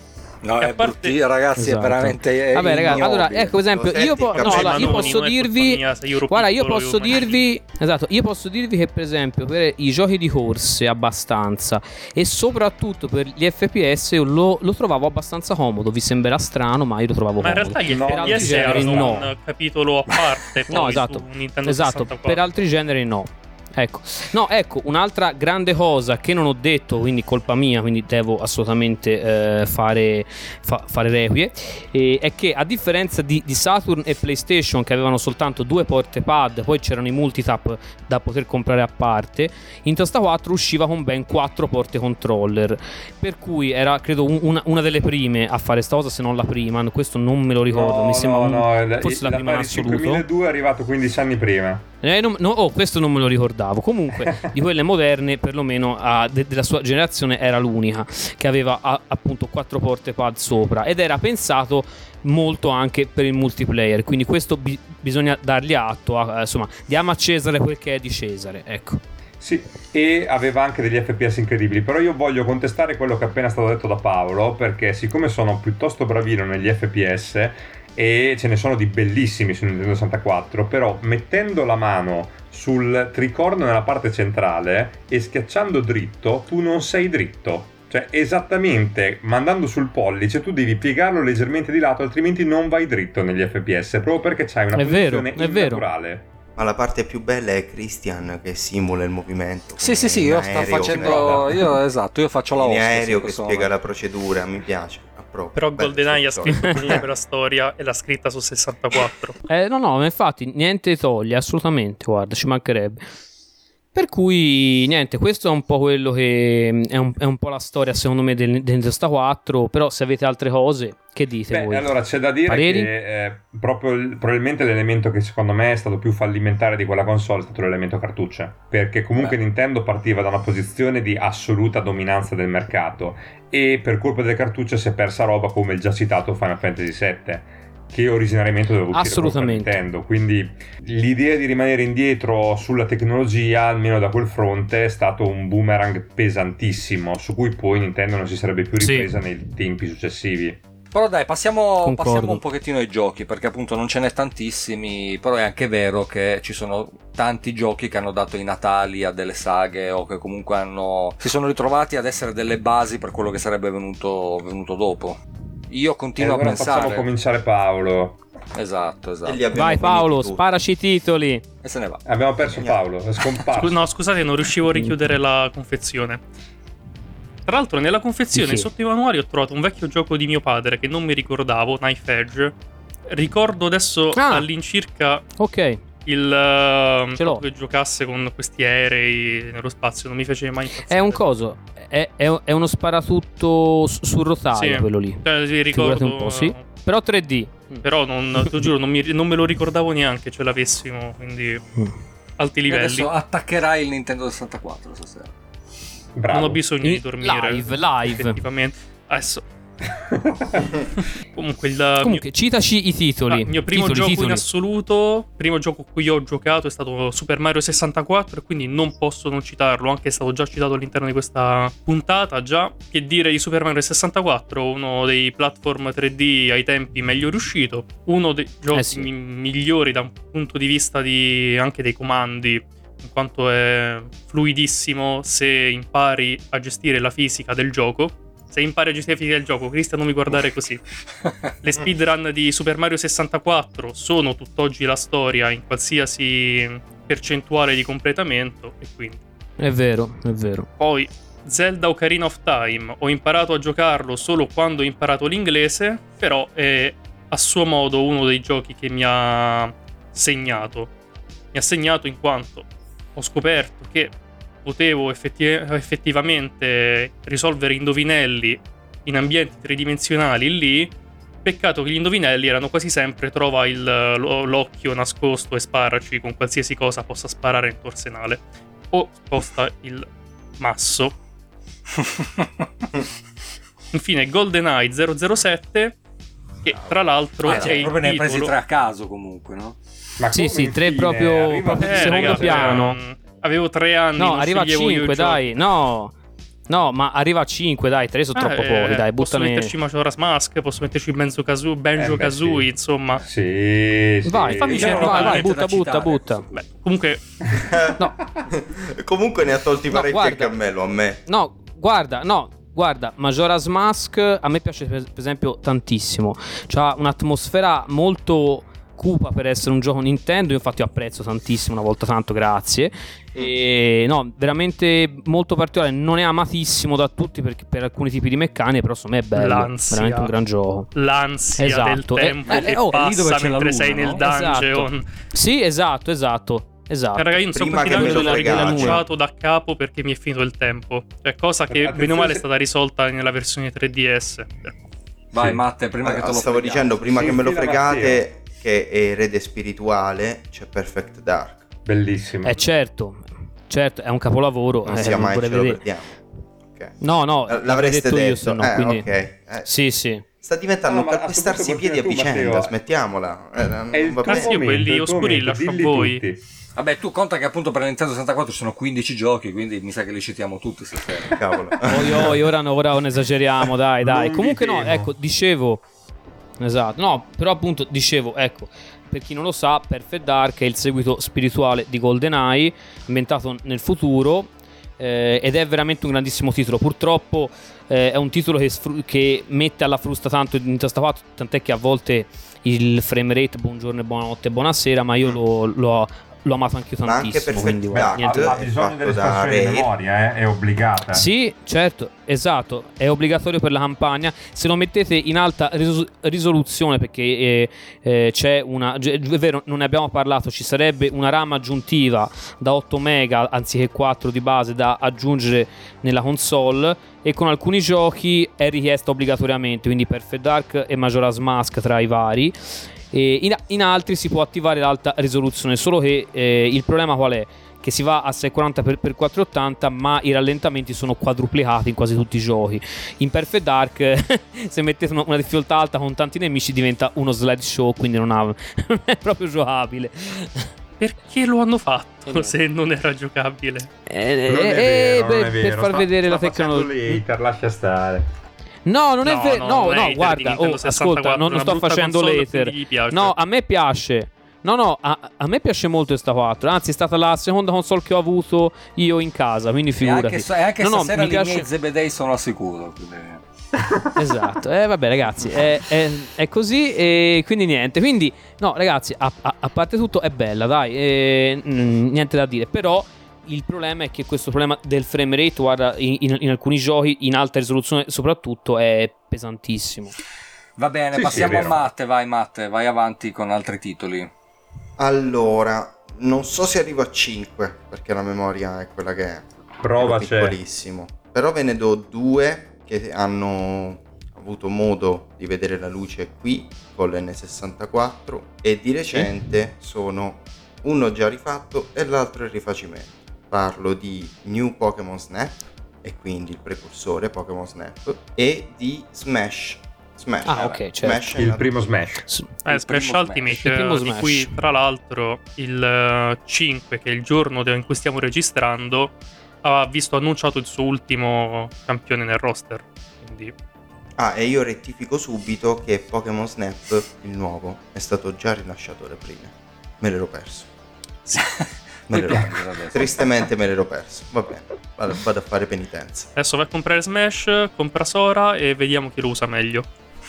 No, e è parte... brutti, ragazzi, esatto. è veramente vabbè ragazzi, allora ecco per esempio io, po- no, allora, io posso dirvi mia, guarda io posso io dirvi esatto io posso dirvi che per esempio per i giochi di corse abbastanza e soprattutto per gli F P S io lo, lo trovavo abbastanza comodo. Vi sembrerà strano ma io lo trovavo ma comodo. Ma in realtà gli F P S erano no. un capitolo a parte poi no esatto su Nintendo esatto sessantaquattro. Per altri generi no. Ecco, no, ecco, un'altra grande cosa che non ho detto, quindi colpa mia, quindi devo assolutamente eh, fare, fa, fare requie, eh, è che a differenza di, di Saturn e PlayStation che avevano soltanto due porte pad, poi c'erano i multitap da poter comprare a parte, in sessantaquattro usciva con ben quattro porte controller, per cui era credo un, una, una delle prime a fare sta cosa, se non la prima, questo non me lo ricordo, no, mi sembra no, un, no, forse la, la prima in assoluto. Il cinquemiladue è arrivato quindici anni prima. Eh, no, no, oh, questo non me lo ricordavo. Comunque, di quelle moderne, perlomeno a, de, della sua generazione, era l'unica che aveva a, appunto quattro porte pad sopra ed era pensato molto anche per il multiplayer. Quindi questo bi- bisogna dargli atto. A, insomma, diamo a Cesare quel che è di Cesare. Ecco. Sì, e aveva anche degli F P S incredibili, però io voglio contestare quello che è appena stato detto da Paolo, perché siccome sono piuttosto bravino negli F P S e ce ne sono di bellissimi su Nintendo sessantaquattro, però mettendo la mano sul tricorno nella parte centrale e schiacciando dritto, tu non sei dritto. Cioè, esattamente, mandando sul pollice, tu devi piegarlo leggermente di lato, altrimenti non vai dritto negli F P S, proprio perché c'hai una è posizione vero, innaturale. Ma la parte più bella è Christian che simula il movimento. Sì, sì, sì, io sto facendo... Io, esatto, io faccio la in host. aereo che spiega la procedura, mi piace. Proprio. Però GoldenEye ha scritto comunque la storia e l'ha scritta su sessantaquattro. Eh, no, no, infatti niente toglie, assolutamente, guarda, ci mancherebbe. Per cui niente, questo è un po' quello che è un, è un po' la storia secondo me del Nintendo sessantaquattro. Però se avete altre cose, che dite Beh, voi? allora c'è da dire Pareri? che eh, proprio il, probabilmente l'elemento che secondo me è stato più fallimentare di quella console è stato l'elemento cartucce, perché comunque Beh. Nintendo partiva da una posizione di assoluta dominanza del mercato e per colpa delle cartucce si è persa roba come il già citato Final Fantasy sette, che originariamente doveva uscire proprio per Nintendo. Quindi l'idea di rimanere indietro sulla tecnologia, almeno da quel fronte, è stato un boomerang pesantissimo, su cui poi Nintendo non si sarebbe più ripresa sì. nei tempi successivi. Però dai, passiamo, passiamo un pochettino ai giochi, perché appunto non ce n'è tantissimi, però è anche vero che ci sono tanti giochi che hanno dato i natali a delle saghe o che comunque hanno si sono ritrovati ad essere delle basi per quello che sarebbe venuto, venuto dopo. Io continuo allora a pensare... facciamo cominciare Paolo. Esatto, esatto. Vai Paolo, sparaci i titoli. E se ne va. Abbiamo perso Paolo, è scomparso. Scu- no, scusate, non riuscivo a richiudere la confezione. Tra l'altro nella confezione, sì. sotto i manuali, ho trovato un vecchio gioco di mio padre che non mi ricordavo, Knife Edge. Ricordo adesso ah, all'incirca ok. il uh, Ce l'ho. che giocasse con questi aerei nello spazio, non mi faceva mai impazzire. È un coso, è, è, è uno sparatutto su, su rotaia, sì, quello lì. Cioè, sì, ricordo un po', sì. Però tre D. Però non, te lo giuro, non, mi, non me lo ricordavo neanche ce l'avessimo, quindi Mm. alti E livelli. adesso attaccherai il Nintendo sessantaquattro stasera. Bravo. Non ho bisogno di dormire. Live, live. Effettivamente. Adesso. Comunque il Comunque, mio, citaci i titoli. ah, il mio primo titoli, gioco titoli. in assoluto, primo gioco a cui ho giocato è stato Super Mario sessantaquattro e quindi non posso non citarlo, anche è stato già citato all'interno di questa puntata già. Che dire di Super Mario sessantaquattro, uno dei platform tre D ai tempi meglio riuscito, uno dei giochi Eh sì. mi- migliori da un punto di vista di anche dei comandi, in quanto è fluidissimo se impari a gestire la fisica del gioco. Se impari a gestire la fisica del gioco, Cristian, non mi guardare così. Le speedrun di Super Mario sessantaquattro sono tutt'oggi la storia in qualsiasi percentuale di completamento, e quindi È vero, è vero. poi Zelda Ocarina of Time ho imparato a giocarlo solo quando ho imparato l'inglese, però è a suo modo uno dei giochi che mi ha segnato. Mi ha segnato in quanto ho scoperto che potevo effetti- effettivamente risolvere indovinelli in ambienti tridimensionali lì. Peccato che gli indovinelli erano quasi sempre trova il, lo- l'occhio nascosto e sparaci con qualsiasi cosa possa sparare in tuo arsenale, o sposta il masso. Infine GoldenEye zero zero sette, che tra l'altro Ah, è cioè, il proprio ne hai presi titolo... tre a caso comunque, no? Ma Sì, come sì, tre infine? proprio- Arriva- proprio di Eh, secondo ragazzi, piano. ehm, avevo tre anni. No, non arriva a sceglievo io cinque, i giochi. dai. No. No, ma arriva a cinque, dai, tre sono Ah, troppo eh, pochi, dai, posso buttane. metterci Majora's Mask, posso metterci Benzo Kazooie, Benjo Eh, beh, Kazooie, sì. insomma. Sì, sì. Vai, fammi Io non ho cercare, vai, vai, niente butta, da butta, citare. butta. Beh, comunque No. Comunque ne ha tolti No, parecchi guarda. anche a me, lo ammetto. No, guarda, no, guarda, Majora's Mask a me piace per, per esempio tantissimo. C'ha un'atmosfera molto cupa per essere un gioco Nintendo, io infatti apprezzo tantissimo, una volta tanto, grazie. E no, veramente molto particolare, non è amatissimo da tutti perché per alcuni tipi di meccaniche, però secondo me è bello, L'ansia. veramente un gran gioco. l'ansia Esatto, del e- tempo eh, che oh, è lì dove passa c'è la mentre luna, sei nel no? dungeon. Sì, esatto, esatto. Esatto. Eh, raga, io non so Prima quanti che me dungeon lo ho fregate. ricominciato da capo perché mi è finito il tempo. Cioè, cosa che Attenzione bene o male è se- stata risolta nella versione tre D S. Vai Sì. Matte, prima Ah, che te lo stavo freghiamo. dicendo, prima Sì, che me lo infila fregate, che è erede spirituale, c'è Perfect Dark. Bellissimo. Eh certo, certo, è un capolavoro. Non eh, sia mai vorrei ce lo vedere. perdiamo. Ok. No, no, Eh, L'avreste detto detto, io, se no, eh, quindi... ok. Eh, Sì, sì. Sta diventando No, un ma a calpestarsi sto i punto piedi a continua tu, vicenda, Matteo. smettiamola. Eh, non È il va tuo Ah, sì, bene. io quelli momento, il tuo oscuri momento, lascio a dilli voi. tutti. Vabbè, tu conta che appunto per Nintendo sessantaquattro ci sono quindici giochi, quindi mi sa che li citiamo tutti stasera. Cavolo. Oi, oi, ora, no, ora non esageriamo, dai, dai. Non Comunque no, vivevo. ecco, dicevo... Esatto, no, però appunto dicevo, ecco, per chi non lo sa, Perfect Dark è il seguito spirituale di GoldenEye, ambientato nel futuro, eh, ed è veramente un grandissimo titolo. Purtroppo eh, è un titolo che, sfru- che mette alla frusta tanto in sessantaquattro, tant'è che a volte il frame rate, buongiorno e buonanotte, buonasera, ma io lo, l'ho, l'ho amato anche io Ma anche tantissimo, Perfect quindi Beh, guarda, Dark niente. ha, ha è bisogno fatto dell'espansione da di Rare. memoria, eh? È obbligata. Sì, certo, esatto, è obbligatorio per la campagna. Se lo mettete in alta ris- risoluzione, perché eh, eh, c'è una, è vero, non ne abbiamo parlato, ci sarebbe una RAM aggiuntiva da otto mega anziché quattro di base da aggiungere nella console, e con alcuni giochi è richiesta obbligatoriamente, quindi Perfect Dark e Majora's Mask tra i vari. E in, in altri si può attivare l'alta risoluzione, solo che eh, il problema qual è? Che si va a seicentoquaranta per quattrocentottanta, ma i rallentamenti sono quadruplicati in quasi tutti i giochi. In Perfect Dark se mettete una, una difficoltà alta con tanti nemici diventa uno slideshow, quindi non, ha, non è proprio giocabile. Perché lo hanno fatto Eh, se non era giocabile? Eh, Non è eh, vero, non per, è vero. per far Sta- vedere sta la facendo tecnologia. l'hater, lascia stare. No, non è No, vero. no, No, non è no, hater guarda, di oh, Nintendo ascolta, sessantaquattro, non, non una sto brutta facendo console, l'hater. quindi gli piace. No, a me piace. No, no, a, a me piace molto questa quattro. Anzi, è stata la seconda console che ho avuto io in casa, quindi E figurati. anche, e anche no, no, stasera mi i piace... miei Zebedei sono al sicuro. Quindi... Esatto, eh, vabbè ragazzi, è, è, è così e quindi niente. Quindi, no ragazzi, a, a, a parte tutto è bella, dai, eh, mh, niente da dire. Però il problema è che questo problema del frame rate, guarda, in, in, in alcuni giochi, in alta risoluzione soprattutto, è pesantissimo. Va bene, Sì, passiamo sì, è a vero. Matte, vai Matte, vai avanti con altri titoli. Allora, non so se arrivo a cinque, perché la memoria è quella che è. Prova È c'è. piccolissimo. Però ve ne do due che hanno avuto modo di vedere la luce qui con l'N sessantaquattro e di recente sono uno già rifatto e l'altro il rifacimento. Parlo di New Pokémon Snap, e quindi il precursore Pokémon Snap, e di Smash. Smash, Ah, ok, certo. Smash è Il nato- primo Smash. S- Eh, Il Smash primo Ultimate, Smash. Il primo eh, di Smash. cui tra l'altro il eh, cinque, che è il giorno in cui stiamo registrando, ha visto annunciato il suo ultimo campione nel roster. Quindi Ah, e io rettifico subito che Pokémon Snap, il nuovo, è stato già rilasciato da prima. Me l'ero perso. Me Puoi l'ero piangere adesso. Tristemente me l'ero perso. Va bene, vado, vado a fare penitenza. adesso vai a comprare Smash, compra Sora e vediamo chi lo usa meglio.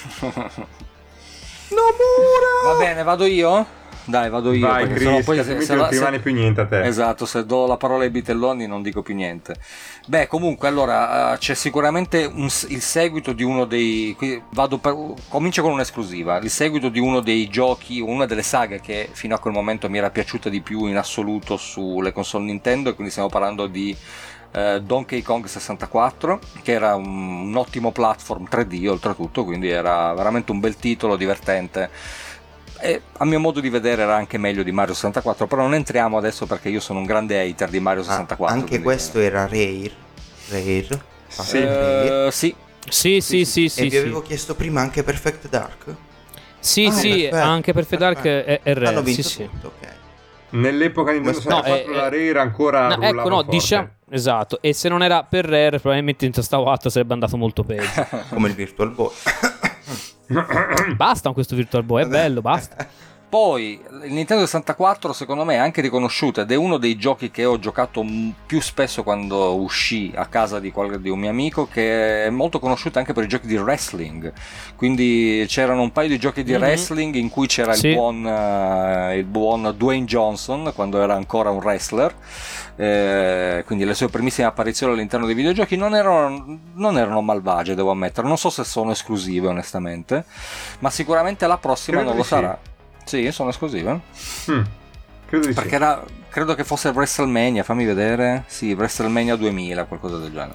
Va bene, vado io? Dai, vado io. Vai, perché sennò Chris, poi che se- altrimenti se non la- ti se- rimane più niente a te. Esatto, se do la parola ai bitelloni non dico più niente. Beh, comunque, allora, eh, c'è sicuramente un s- il seguito di uno dei... qui vado per, comincio con un'esclusiva. Il seguito di uno dei giochi, una delle saghe che fino a quel momento mi era piaciuta di più in assoluto sulle console Nintendo, e quindi stiamo parlando di eh, Donkey Kong sessantaquattro, che era un, un ottimo platform tre D oltretutto, quindi era veramente un bel titolo, divertente. E a mio modo di vedere era anche meglio di Mario sessantaquattro, però non entriamo adesso perché io sono un grande hater di Mario Ah, sessantaquattro. anche quindi- questo era Rare. Rare. Sì. Rare. Eh, sì. Sì, sì, sì, E sì. vi Sì, avevo chiesto prima anche Perfect Dark? sì, Ah, sì, perfetto, anche Perfect Dark perfetto. è, è Hanno Rare. vinto Sì, sì. tutto, ok. Nell'epoca di Nintendo No, sessantaquattro eh, la Rare ancora No, rullava ecco, no, forte. diciamo esatto. E se non era per Rare, probabilmente in questa quattro sarebbe andato molto peggio. Come il Virtual Boy. Basta con questo Virtual Boy, è bello, basta. Poi il Nintendo sessantaquattro secondo me è anche riconosciuto ed è uno dei giochi che ho giocato m- più spesso quando uscì a casa di, qual- di un mio amico, che è molto conosciuto anche per i giochi di wrestling. Quindi c'erano un paio di giochi di Mhm. wrestling in cui c'era Sì. il, buon, eh, il buon Dwayne Johnson quando era ancora un wrestler. Eh, quindi le sue primissime apparizioni all'interno dei videogiochi non erano, non erano malvagie, devo ammettere. Non so se sono esclusive onestamente, ma sicuramente la prossima Credo non lo di sì. sarà. Sì, sono esclusive. Mm, credo di Perché sì. era, credo che fosse WrestleMania, fammi vedere. Sì, WrestleMania duemila, qualcosa del genere.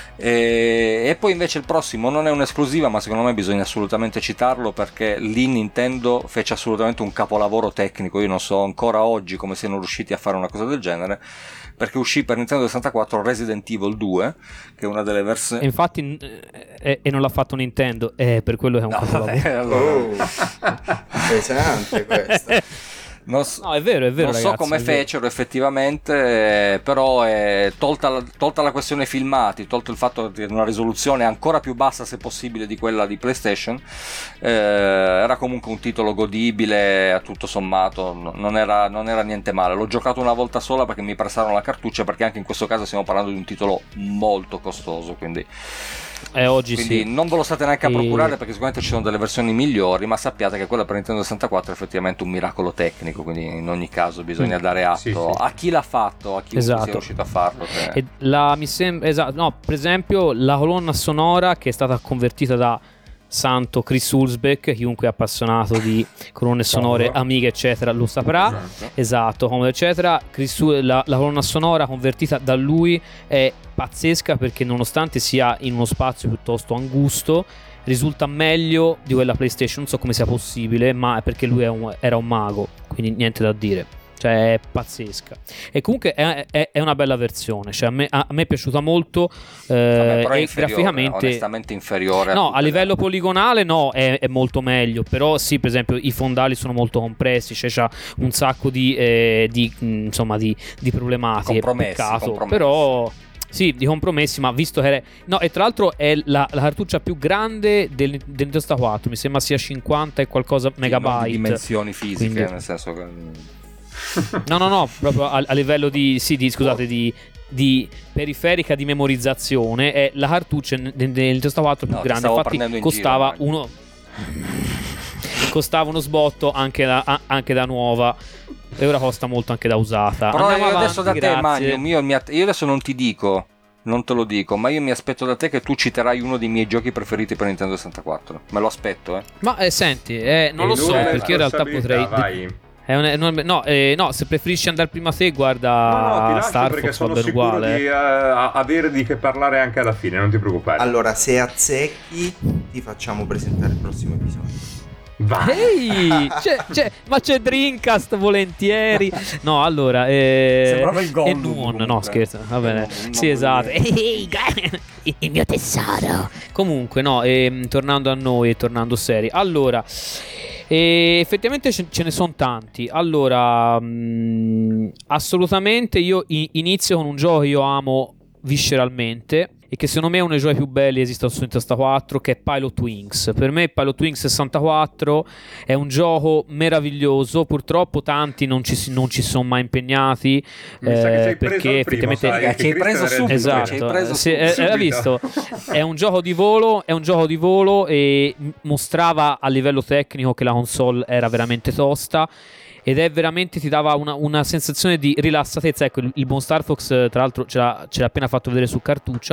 E, e poi invece il prossimo non è un'esclusiva, ma secondo me bisogna assolutamente citarlo perché lì Nintendo fece assolutamente un capolavoro tecnico. Io non so ancora oggi come siano riusciti a fare una cosa del genere, perché uscì per Nintendo sessantaquattro Resident Evil due, che è una delle E versioni... infatti, eh, e, e non l'ha fatto Nintendo, è per quello che è un No, capolavoro. vabbè, allora- Oh, pesante questa. non so- No, è vero, è vero, non so ragazzi, come è vero. fecero effettivamente, eh, però eh, tolta, la, tolta la questione filmati, tolto il fatto di una risoluzione ancora più bassa se possibile di quella di PlayStation, eh, era comunque un titolo godibile a tutto sommato, no- non era, non era niente male. L'ho giocato una volta sola perché mi prestarono la cartuccia, perché anche in questo caso stiamo parlando di un titolo molto costoso, quindi... Eh, oggi Quindi sì. non ve lo state neanche a E- procurare perché sicuramente ci sono delle versioni migliori, ma sappiate che quella per Nintendo sessantaquattro è effettivamente un miracolo tecnico, quindi in ogni caso bisogna Mm. dare atto Sì, sì. a chi l'ha fatto, a chi Esatto. sia riuscito a farlo. che- E la, mi sembra, esatto, no, per esempio la colonna sonora che è stata convertita da santo Chris Hulsbeck, chiunque è appassionato di colonne sonore, Cavolo. amiche eccetera lo saprà. Esatto. Esatto, come eccetera. Chris Hul- la, la colonna sonora convertita da lui è pazzesca perché nonostante sia in uno spazio piuttosto angusto risulta meglio di quella PlayStation. Non so come sia possibile, ma è perché lui è un- era un mago, quindi niente da dire. Cioè è pazzesca. E comunque è, è- è una bella versione. Cioè a me, a me è piaciuta molto, eh, Vabbè, però è e inferiore, graficamente onestamente inferiore. no, tutte a le- livello poligonale no, è, è molto meglio. Però sì, per esempio i fondali sono molto compressi, cioè c'ha un sacco di, eh, di, mh, insomma, di, di problematiche. Compromessi, Peccato. compromessi. Però Sì, di compromessi, ma visto che era... No, e tra l'altro è la, la cartuccia più grande del, del Nintendo sessantaquattro, mi sembra sia cinquanta e qualcosa sì, megabyte. Di dimensioni fisiche, quindi... nel senso che... No, no, no, proprio a, a livello di... Sì, di, scusate, di... di periferica di memorizzazione è la cartuccia del Nintendo sessantaquattro più no, grande, infatti costava giro, uno costava uno sbotto anche da, anche da nuova, e ora costa molto anche da usata. Però Andiamo adesso avanti, da te, grazie. Magnum, io, io adesso non ti dico, non te lo dico, ma io mi aspetto da te che tu citerai uno dei miei giochi preferiti per Nintendo sessantaquattro. Me lo aspetto, eh. Ma eh, senti, eh, non e lo so, perché in realtà potrei... Vai. È un, non, no, eh, no, se preferisci andare prima te, guarda, no, no, Star perché Fox sono va bene sicuro uguale. di uh, avere di che parlare anche alla fine, non ti preoccupare. Allora, se azzecchi, ti facciamo presentare il prossimo episodio. Vai. Ehi, c'è, c'è, ma c'è Dreamcast volentieri. No, allora, eh, sembrava il Gollum. E non, no, scherzo, va bene. No, no, sì, no, esatto. Ehi, Il mio tesoro. Comunque, no, eh, tornando a noi e tornando seri. Allora, e effettivamente ce, ce ne sono tanti. Allora, mh, assolutamente io inizio con un gioco che io amo visceralmente e che secondo me è uno dei giochi più belli esistenti su Nintendo sessantaquattro, che è Pilot Wings. Per me Pilot Wings sessantaquattro è un gioco meraviglioso. Purtroppo tanti non ci, non ci sono mai impegnati, Mi sa che eh, ci hai perché preso effettivamente primo, sai, ci hai preso subito, esatto, ci hai preso sì, subito. eh, hai visto? È un gioco di volo, è un gioco di volo e mostrava a livello tecnico che la console era veramente tosta. Ed è veramente, ti dava una, una sensazione di rilassatezza. Ecco, il, il buon Star Fox, tra l'altro, ce l'ha, ce l'ha appena fatto vedere su cartuccia.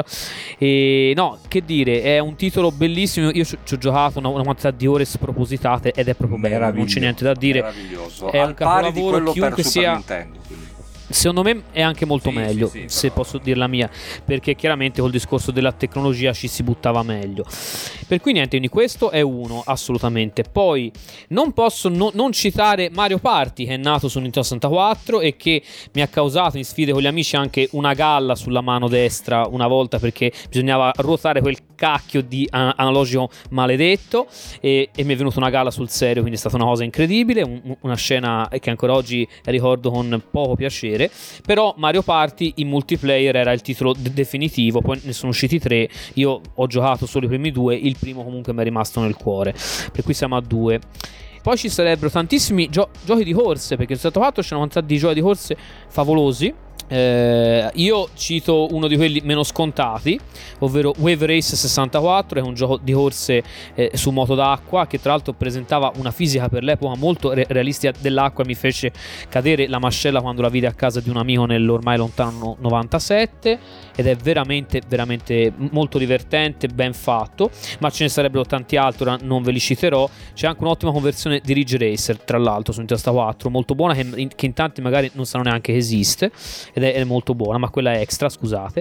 E no, che dire, è un titolo bellissimo. Io ci, ci ho giocato una, una quantità di ore spropositate ed è proprio bello, non c'è niente da dire. Meraviglioso. È Al un pari di capolavoro, quello chiunque per Super sia. Nintendo, quindi. Secondo me è anche molto Sì, meglio, sì, sì, se però. posso dire la mia, perché chiaramente col discorso della tecnologia ci si buttava meglio. Per cui niente, quindi questo è uno, assolutamente. Poi non posso no, non citare Mario Party, che è nato su Nintendo sessantaquattro e che mi ha causato in sfide con gli amici anche una galla sulla mano destra una volta, perché bisognava ruotare quel cacchio di uh, analogico maledetto e, e mi è venuta una galla sul serio, quindi è stata una cosa incredibile, un, una scena che ancora oggi ricordo con poco piacere. Però Mario Party in multiplayer era il titolo de- definitivo, poi ne sono usciti tre, io ho giocato solo i primi due, il primo comunque mi è rimasto nel cuore, per cui siamo a due. Poi ci sarebbero tantissimi gio- giochi di corse, perché nel sessantaquattro c'è una quantità di giochi di corse favolosi. Eh, io cito uno di quelli meno scontati, ovvero Wave Race sessantaquattro, è un gioco di corse eh, su moto d'acqua che tra l'altro presentava una fisica per l'epoca molto re- realistica dell'acqua e mi fece cadere la mascella quando la vidi a casa di un amico nell'ormai lontano novantasette, ed è veramente veramente molto divertente, ben fatto, ma ce ne sarebbero tanti altri, ora non ve li citerò. C'è anche un'ottima conversione di Ridge Racer tra l'altro su Nintendo sessantaquattro, molto buona, che in, che in tanti magari non sanno neanche che esiste, ed è, è molto buona, ma quella è extra, scusate.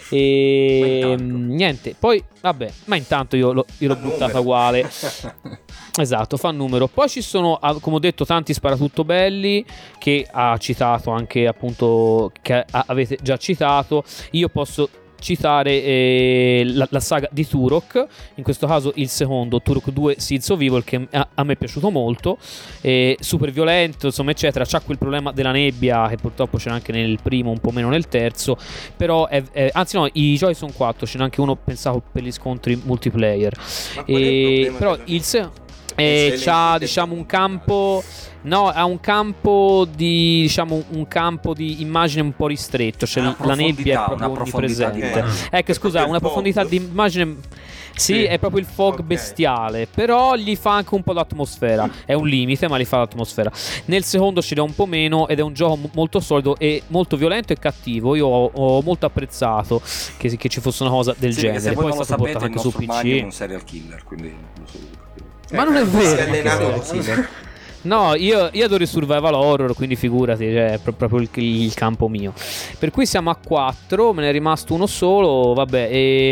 E niente, poi vabbè, ma intanto io, lo, io l'ho buttata uguale. Esatto, fa numero. Poi ci sono, come ho detto, tanti sparatutto belli che ha citato anche, appunto, che avete già citato. Io posso citare eh, la, la saga di Turok, in questo caso il secondo, Turok due Seeds of Evil, che a, a me è piaciuto molto, eh, super violento, insomma, eccetera. C'ha quel problema della nebbia che purtroppo c'era anche nel primo, un po' meno nel terzo, però è, è, anzi no, i giochi sono quattro, ce n'è anche uno pensato per gli scontri multiplayer. E, però il secondo eh, c'ha, diciamo, un campo, no, ha un campo di, diciamo, un campo di immagine un po' ristretto, cioè una la nebbia è proprio onnipresente. Ecco, scusa, una profondità di immagine. Sì, sì, è proprio il fog okay. bestiale, però gli fa anche un po' l'atmosfera. È un limite, ma gli fa l'atmosfera. Nel secondo ce l'ha un po' meno ed è un gioco m- molto solido e molto violento e cattivo. Io ho, ho molto apprezzato che, che ci fosse una cosa del sì, genere. Se poi voi è non stato lo sapete, portato anche su P C. È un serial killer, quindi lo so. Ma non è vero. Si è allenato così. No, io, io adoro il survival horror, quindi figurati, cioè, è pro- proprio il, il campo mio. Per cui siamo a quattro, me ne è rimasto uno solo, vabbè, e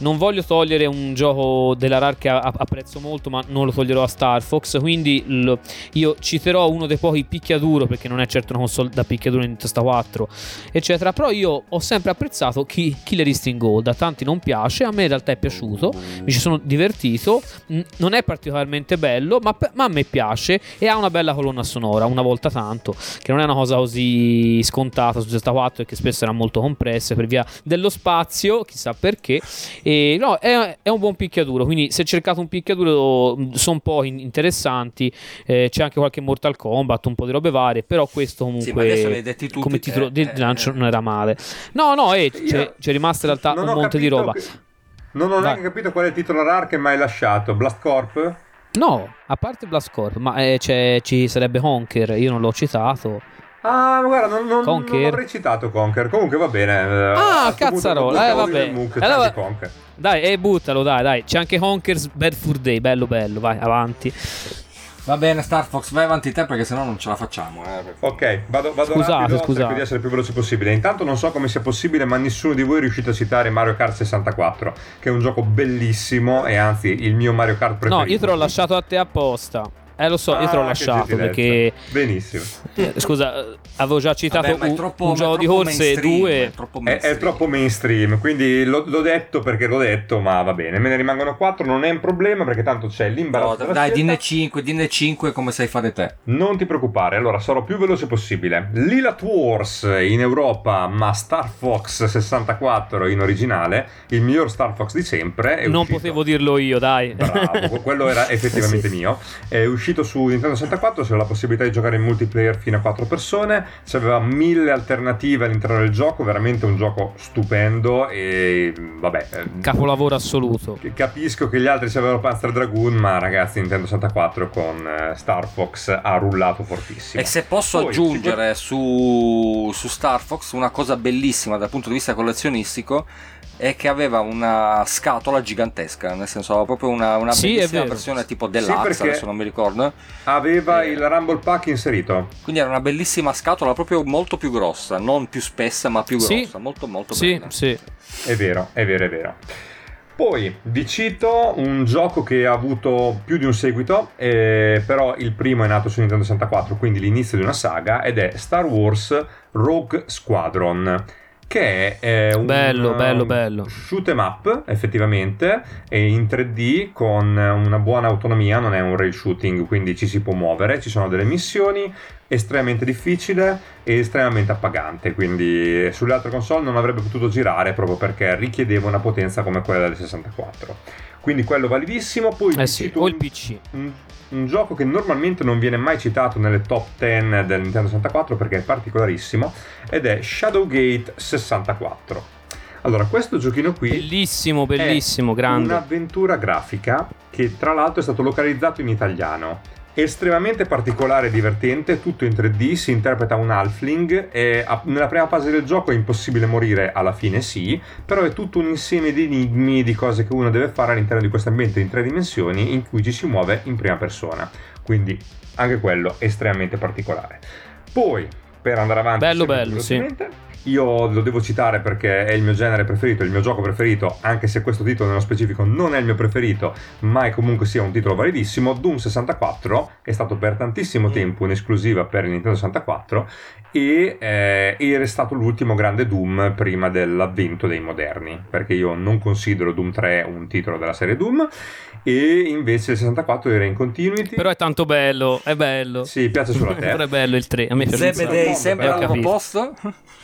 non voglio togliere un gioco della Rare che apprezzo molto, ma non lo toglierò a Star Fox, quindi lo, io citerò uno dei pochi picchiaduro, perché non è certo una console da picchiaduro in sessantaquattro eccetera, però io ho sempre apprezzato chi, Killer Instinct Gold. A tanti non piace, a me in realtà è piaciuto, mi ci sono divertito, non è particolarmente bello, ma, ma a me piace e ha una bella colonna sonora, una volta tanto, che non è una cosa così scontata su sessantaquattro e che spesso era molto compresse per via dello spazio, chissà perché. E no, è, è un buon picchiaduro, quindi se cercate un picchiaduro sono pochi interessanti, eh, c'è anche qualche Mortal Kombat, un po' di robe varie, però questo comunque sì, come titolo di eh, lancio eh, non era male. No, no, eh, c'è, c'è rimasto in realtà un monte di roba. Che... Non ho neanche capito qual è il titolo Rare che mi hai lasciato. Blast Corp? No, a parte Blast Corp, ma eh, c'è, ci sarebbe Conker, io non l'ho citato. Ah, ma guarda, non, non, non avrei citato Conker. Comunque va bene. Ah, cazzarola, eh, vabbè. Allora, dai, eh, buttalo, dai, dai. C'è anche Conker's Bad Fur Day, bello bello, vai, avanti. Va bene, Star Fox, vai avanti te perché sennò non ce la facciamo. Eh. Ok, vado, vado scusate, rapido, scusate. cerco di essere il più veloce possibile. Intanto non so come sia possibile, ma nessuno di voi è riuscito a citare Mario Kart sessantaquattro, che è un gioco bellissimo e anzi il mio Mario Kart preferito. No, io te l'ho lasciato a te apposta. Eh lo so, ah, io te l'ho lasciato perché benissimo. Eh, scusa, avevo già citato Vabbè, un, troppo, un gioco di corse due. È troppo è, è troppo mainstream, quindi l'ho, l'ho detto perché l'ho detto, ma va bene, me ne rimangono quattro, non è un problema perché tanto c'è l'imbarazzo. No, dai, dinne cinque, dinne cinque come sai fare te. Non ti preoccupare, allora sarò più veloce possibile. Lilat Wars in Europa, ma Star Fox sessantaquattro in originale, il miglior Star Fox di sempre. È non uscito... potevo dirlo io, dai. Bravo, quello era effettivamente sì. mio. È uscito su Nintendo sessantaquattro, c'era la possibilità di giocare in multiplayer fino a quattro persone, c'aveva mille alternative all'interno del gioco, veramente un gioco stupendo e vabbè, capolavoro assoluto. Capisco che gli altri c'avevano Panzer Dragoon, ma ragazzi Nintendo sessantaquattro con Star Fox ha rullato fortissimo. E se posso Poi, aggiungere su, su Star Fox una cosa bellissima dal punto di vista collezionistico è che aveva una scatola gigantesca, nel senso aveva proprio una, una sì, bellissima versione tipo deluxe, sì, adesso non mi ricordo. Aveva eh, il Rumble Pack inserito. Quindi era una bellissima scatola proprio molto più grossa, non più spessa ma più grossa, sì, molto molto sì, bella. Sì, è vero, è vero, è vero. Poi vi cito un gioco che ha avuto più di un seguito, eh, però il primo è nato su Nintendo sessantaquattro, quindi l'inizio di una saga, ed è Star Wars Rogue Squadron, che è un bello, bello, bello. shoot 'em up effettivamente, è in tre D con una buona autonomia, non è un rail shooting, quindi ci si può muovere, ci sono delle missioni, estremamente difficile e estremamente appagante, quindi sulle altre console non avrebbe potuto girare proprio perché richiedeva una potenza come quella del sessantaquattro, quindi quello validissimo. Poi eh sì, o il P C. Un, un gioco che normalmente non viene mai citato nelle top dieci del Nintendo sessantaquattro perché è particolarissimo, ed è Shadowgate sessantaquattro. Allora, questo giochino qui bellissimo, bellissimo, è grande, un'avventura grafica che tra l'altro è stato localizzato in italiano. Estremamente particolare e divertente, tutto in tre D, si interpreta un halfling e nella prima fase del gioco è impossibile morire, alla fine sì, però è tutto un insieme di enigmi, di cose che uno deve fare all'interno di questo ambiente in tre dimensioni in cui ci si muove in prima persona, quindi anche quello estremamente particolare. Poi, per andare avanti, bello bello, sì. Io lo devo citare perché è il mio genere preferito, il mio gioco preferito, anche se questo titolo nello specifico non è il mio preferito, ma è comunque sia un titolo validissimo. Doom sessantaquattro è stato per tantissimo tempo un'esclusiva per il Nintendo sessantaquattro e eh, era stato l'ultimo grande Doom prima dell'avvento dei moderni, perché io non considero Doom tre un titolo della serie Doom, e invece il sessantaquattro era in continuity. Però è tanto bello, è bello. Sì, piace solo a te. Però è bello il tre, a me piace. Zebedei sembra al posto.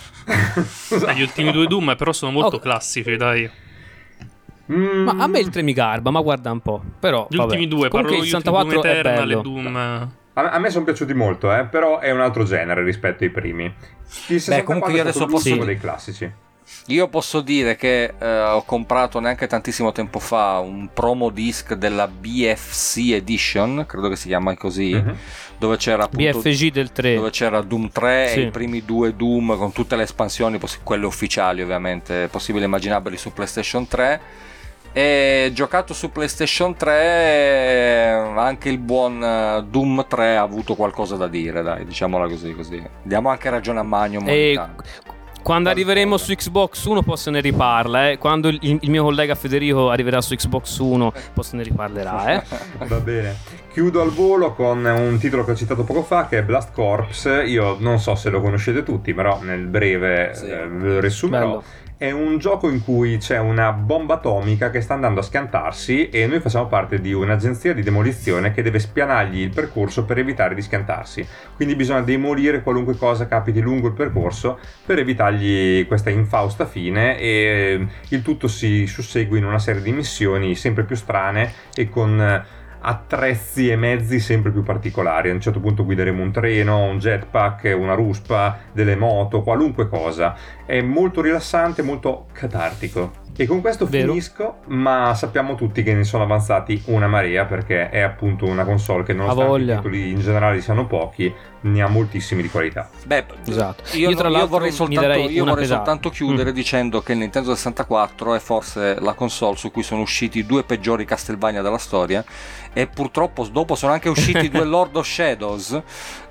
Gli ultimi due Doom però sono molto oh. classici, dai. Mm. Ma a me il tre mi garba, ma guarda un po'. Però gli vabbè. ultimi due, parlo il sessantaquattro Doom Eternal è bello. E Doom. A, a me sono piaciuti molto, eh, però è un altro genere rispetto ai primi. Il Beh, comunque io adesso posso uno dei classici. Io posso dire che eh, ho comprato neanche tantissimo tempo fa un promo disc della B F C Edition, credo che si chiama così, uh-huh. dove c'era appunto B F G del tre, dove c'era Doom tre sì. e i primi due Doom con tutte le espansioni, poss- quelle ufficiali ovviamente, possibili e immaginabili su PlayStation tre. E giocato su PlayStation tre anche il buon Doom tre ha avuto qualcosa da dire, dai, diciamola così, così. Diamo anche ragione a Magno. E Quando arriveremo su Xbox One poi se ne riparla, eh. Quando il, il mio collega Federico arriverà su Xbox One poi se ne riparlerà, eh. Va bene. Chiudo al volo con un titolo che ho citato poco fa, che è Blast Corps. Io non so se lo conoscete tutti, però nel breve sì. eh, ve lo riassumerò. Bello. È un gioco in cui c'è una bomba atomica che sta andando a schiantarsi e noi facciamo parte di un'agenzia di demolizione che deve spianargli il percorso per evitare di schiantarsi. Quindi bisogna demolire qualunque cosa capiti lungo il percorso per evitargli questa infausta fine, e il tutto si sussegue in una serie di missioni sempre più strane e con attrezzi e mezzi sempre più particolari. A un certo punto guideremo un treno, un jetpack, una ruspa, delle moto, qualunque cosa. È molto rilassante, molto catartico. E con questo Vero. finisco, ma sappiamo tutti che ne sono avanzati una marea, perché è appunto una console che, nonostante i titoli in generale siano pochi, ne ha moltissimi di qualità. Beh, esatto. Io, io, tra io vorrei, soltanto, io vorrei soltanto chiudere mm. dicendo che il Nintendo sessantaquattro è forse la console su cui sono usciti i due peggiori Castlevania della storia, e purtroppo dopo sono anche usciti due Lord of Shadows,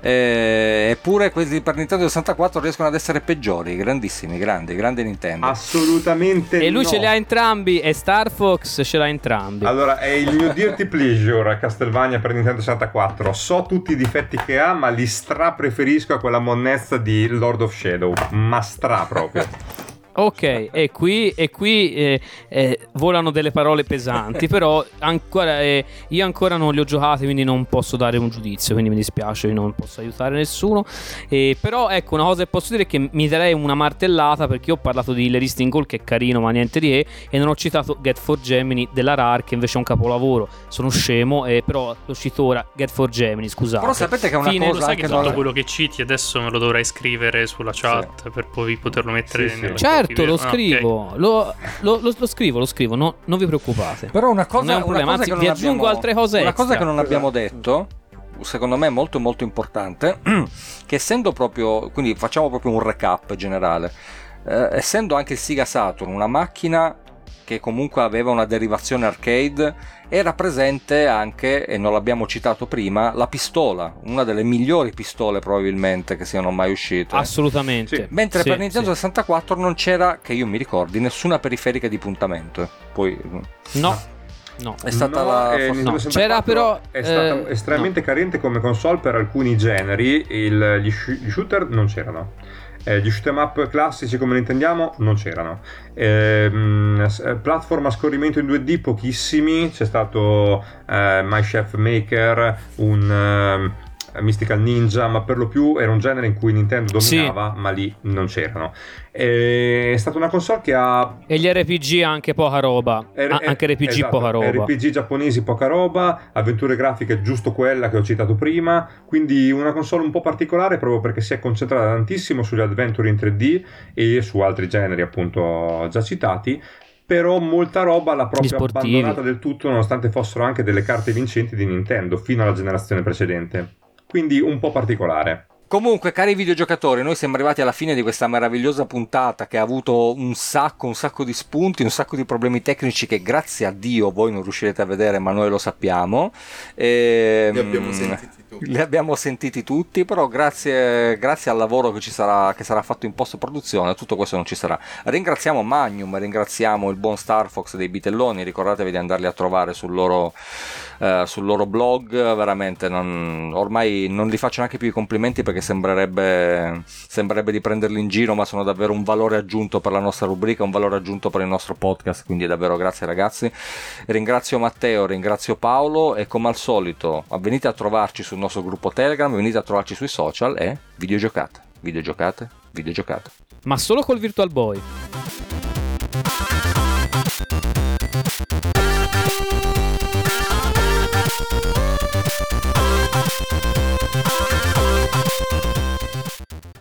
eh, eppure quelli per Nintendo sessantaquattro riescono ad essere peggiori. Grandissimi, grandi, grande Nintendo. Assolutamente. E lui no. ce li ha entrambi, e Star Fox ce l'ha entrambi. Allora, è il mio dirty pleasure Castlevania per Nintendo sessantaquattro. So tutti i difetti che ha, ma li stra preferisco a quella monnezza di Lord of Shadow, ma stra proprio. Ok, e qui, e qui eh, eh, volano delle parole pesanti, però ancora eh, io ancora non li ho giocati, quindi non posso dare un giudizio, quindi mi dispiace, non posso aiutare nessuno. Eh, però ecco, una cosa che posso dire è che mi darei una martellata, perché io ho parlato di Hilary Stingle, che è carino ma niente di che, e non ho citato Get for Gemini della Rare, che invece è un capolavoro. Sono scemo, eh, però lo cito ora, Get for Gemini, scusate. Però sapete che è una Fine, cosa, lo sai che tutto non... quello che citi adesso me lo dovrai scrivere sulla chat, sì, per poi poterlo mettere sì, nel sì. Certo, lo ah, scrivo, okay. lo, lo, lo, lo scrivo, lo scrivo, no, non vi preoccupate. Però una cosa, non è un problema, una cosa anzi vi aggiungo abbiamo, altre cose una extra. cosa che non abbiamo detto, secondo me è molto molto importante, che essendo proprio, quindi facciamo proprio un recap generale, eh, essendo anche il Sega Saturn una macchina che comunque aveva una derivazione arcade, era presente anche, e non l'abbiamo citato prima, la pistola, una delle migliori pistole probabilmente che siano mai uscite. Assolutamente. Sì. Mentre sì, per Nintendo sì. sessantaquattro non c'era, che io mi ricordi, nessuna periferica di puntamento. Poi no. No, è stata no, la eh, no. C'era però è stata eh, estremamente no. carente come console per alcuni generi. Il, gli, sh- gli shooter non c'erano. Eh, gli shoot 'em up classici come li intendiamo non c'erano. Eh, mh, platform a scorrimento in due D pochissimi. C'è stato eh, My Chef Maker, un uh, Mystical Ninja, ma per lo più era un genere in cui Nintendo dominava, sì, ma lì non c'erano. È stata una console che ha... E gli R P G anche poca roba. R- ah, anche R P G esatto, poca roba. R P G giapponesi poca roba, avventure grafiche giusto quella che ho citato prima, quindi una console un po' particolare proprio perché si è concentrata tantissimo sugli adventure in tre D e su altri generi appunto già citati, però molta roba l'ha proprio abbandonata del tutto, nonostante fossero anche delle carte vincenti di Nintendo fino alla generazione precedente. Quindi un po' particolare. Comunque, cari videogiocatori, noi siamo arrivati alla fine di questa meravigliosa puntata che ha avuto un sacco, un sacco di spunti, un sacco di problemi tecnici che grazie a Dio voi non riuscirete a vedere, ma noi lo sappiamo. E, li abbiamo sentiti tutti. Li abbiamo sentiti tutti, però grazie, grazie al lavoro che ci sarà, che sarà fatto in post-produzione, tutto questo non ci sarà. Ringraziamo Magnum, ringraziamo il buon Star Fox dei Bitelloni, ricordatevi di andarli a trovare sul loro... Uh, sul loro blog, veramente non, ormai non li faccio neanche più i complimenti perché sembrerebbe, sembrerebbe di prenderli in giro, ma sono davvero un valore aggiunto per la nostra rubrica, un valore aggiunto per il nostro podcast, quindi davvero grazie ragazzi. Ringrazio Matteo, ringrazio Paolo e come al solito venite a trovarci sul nostro gruppo Telegram, venite a trovarci sui social e videogiocate, videogiocate, videogiocate. Ma solo col Virtual Boy.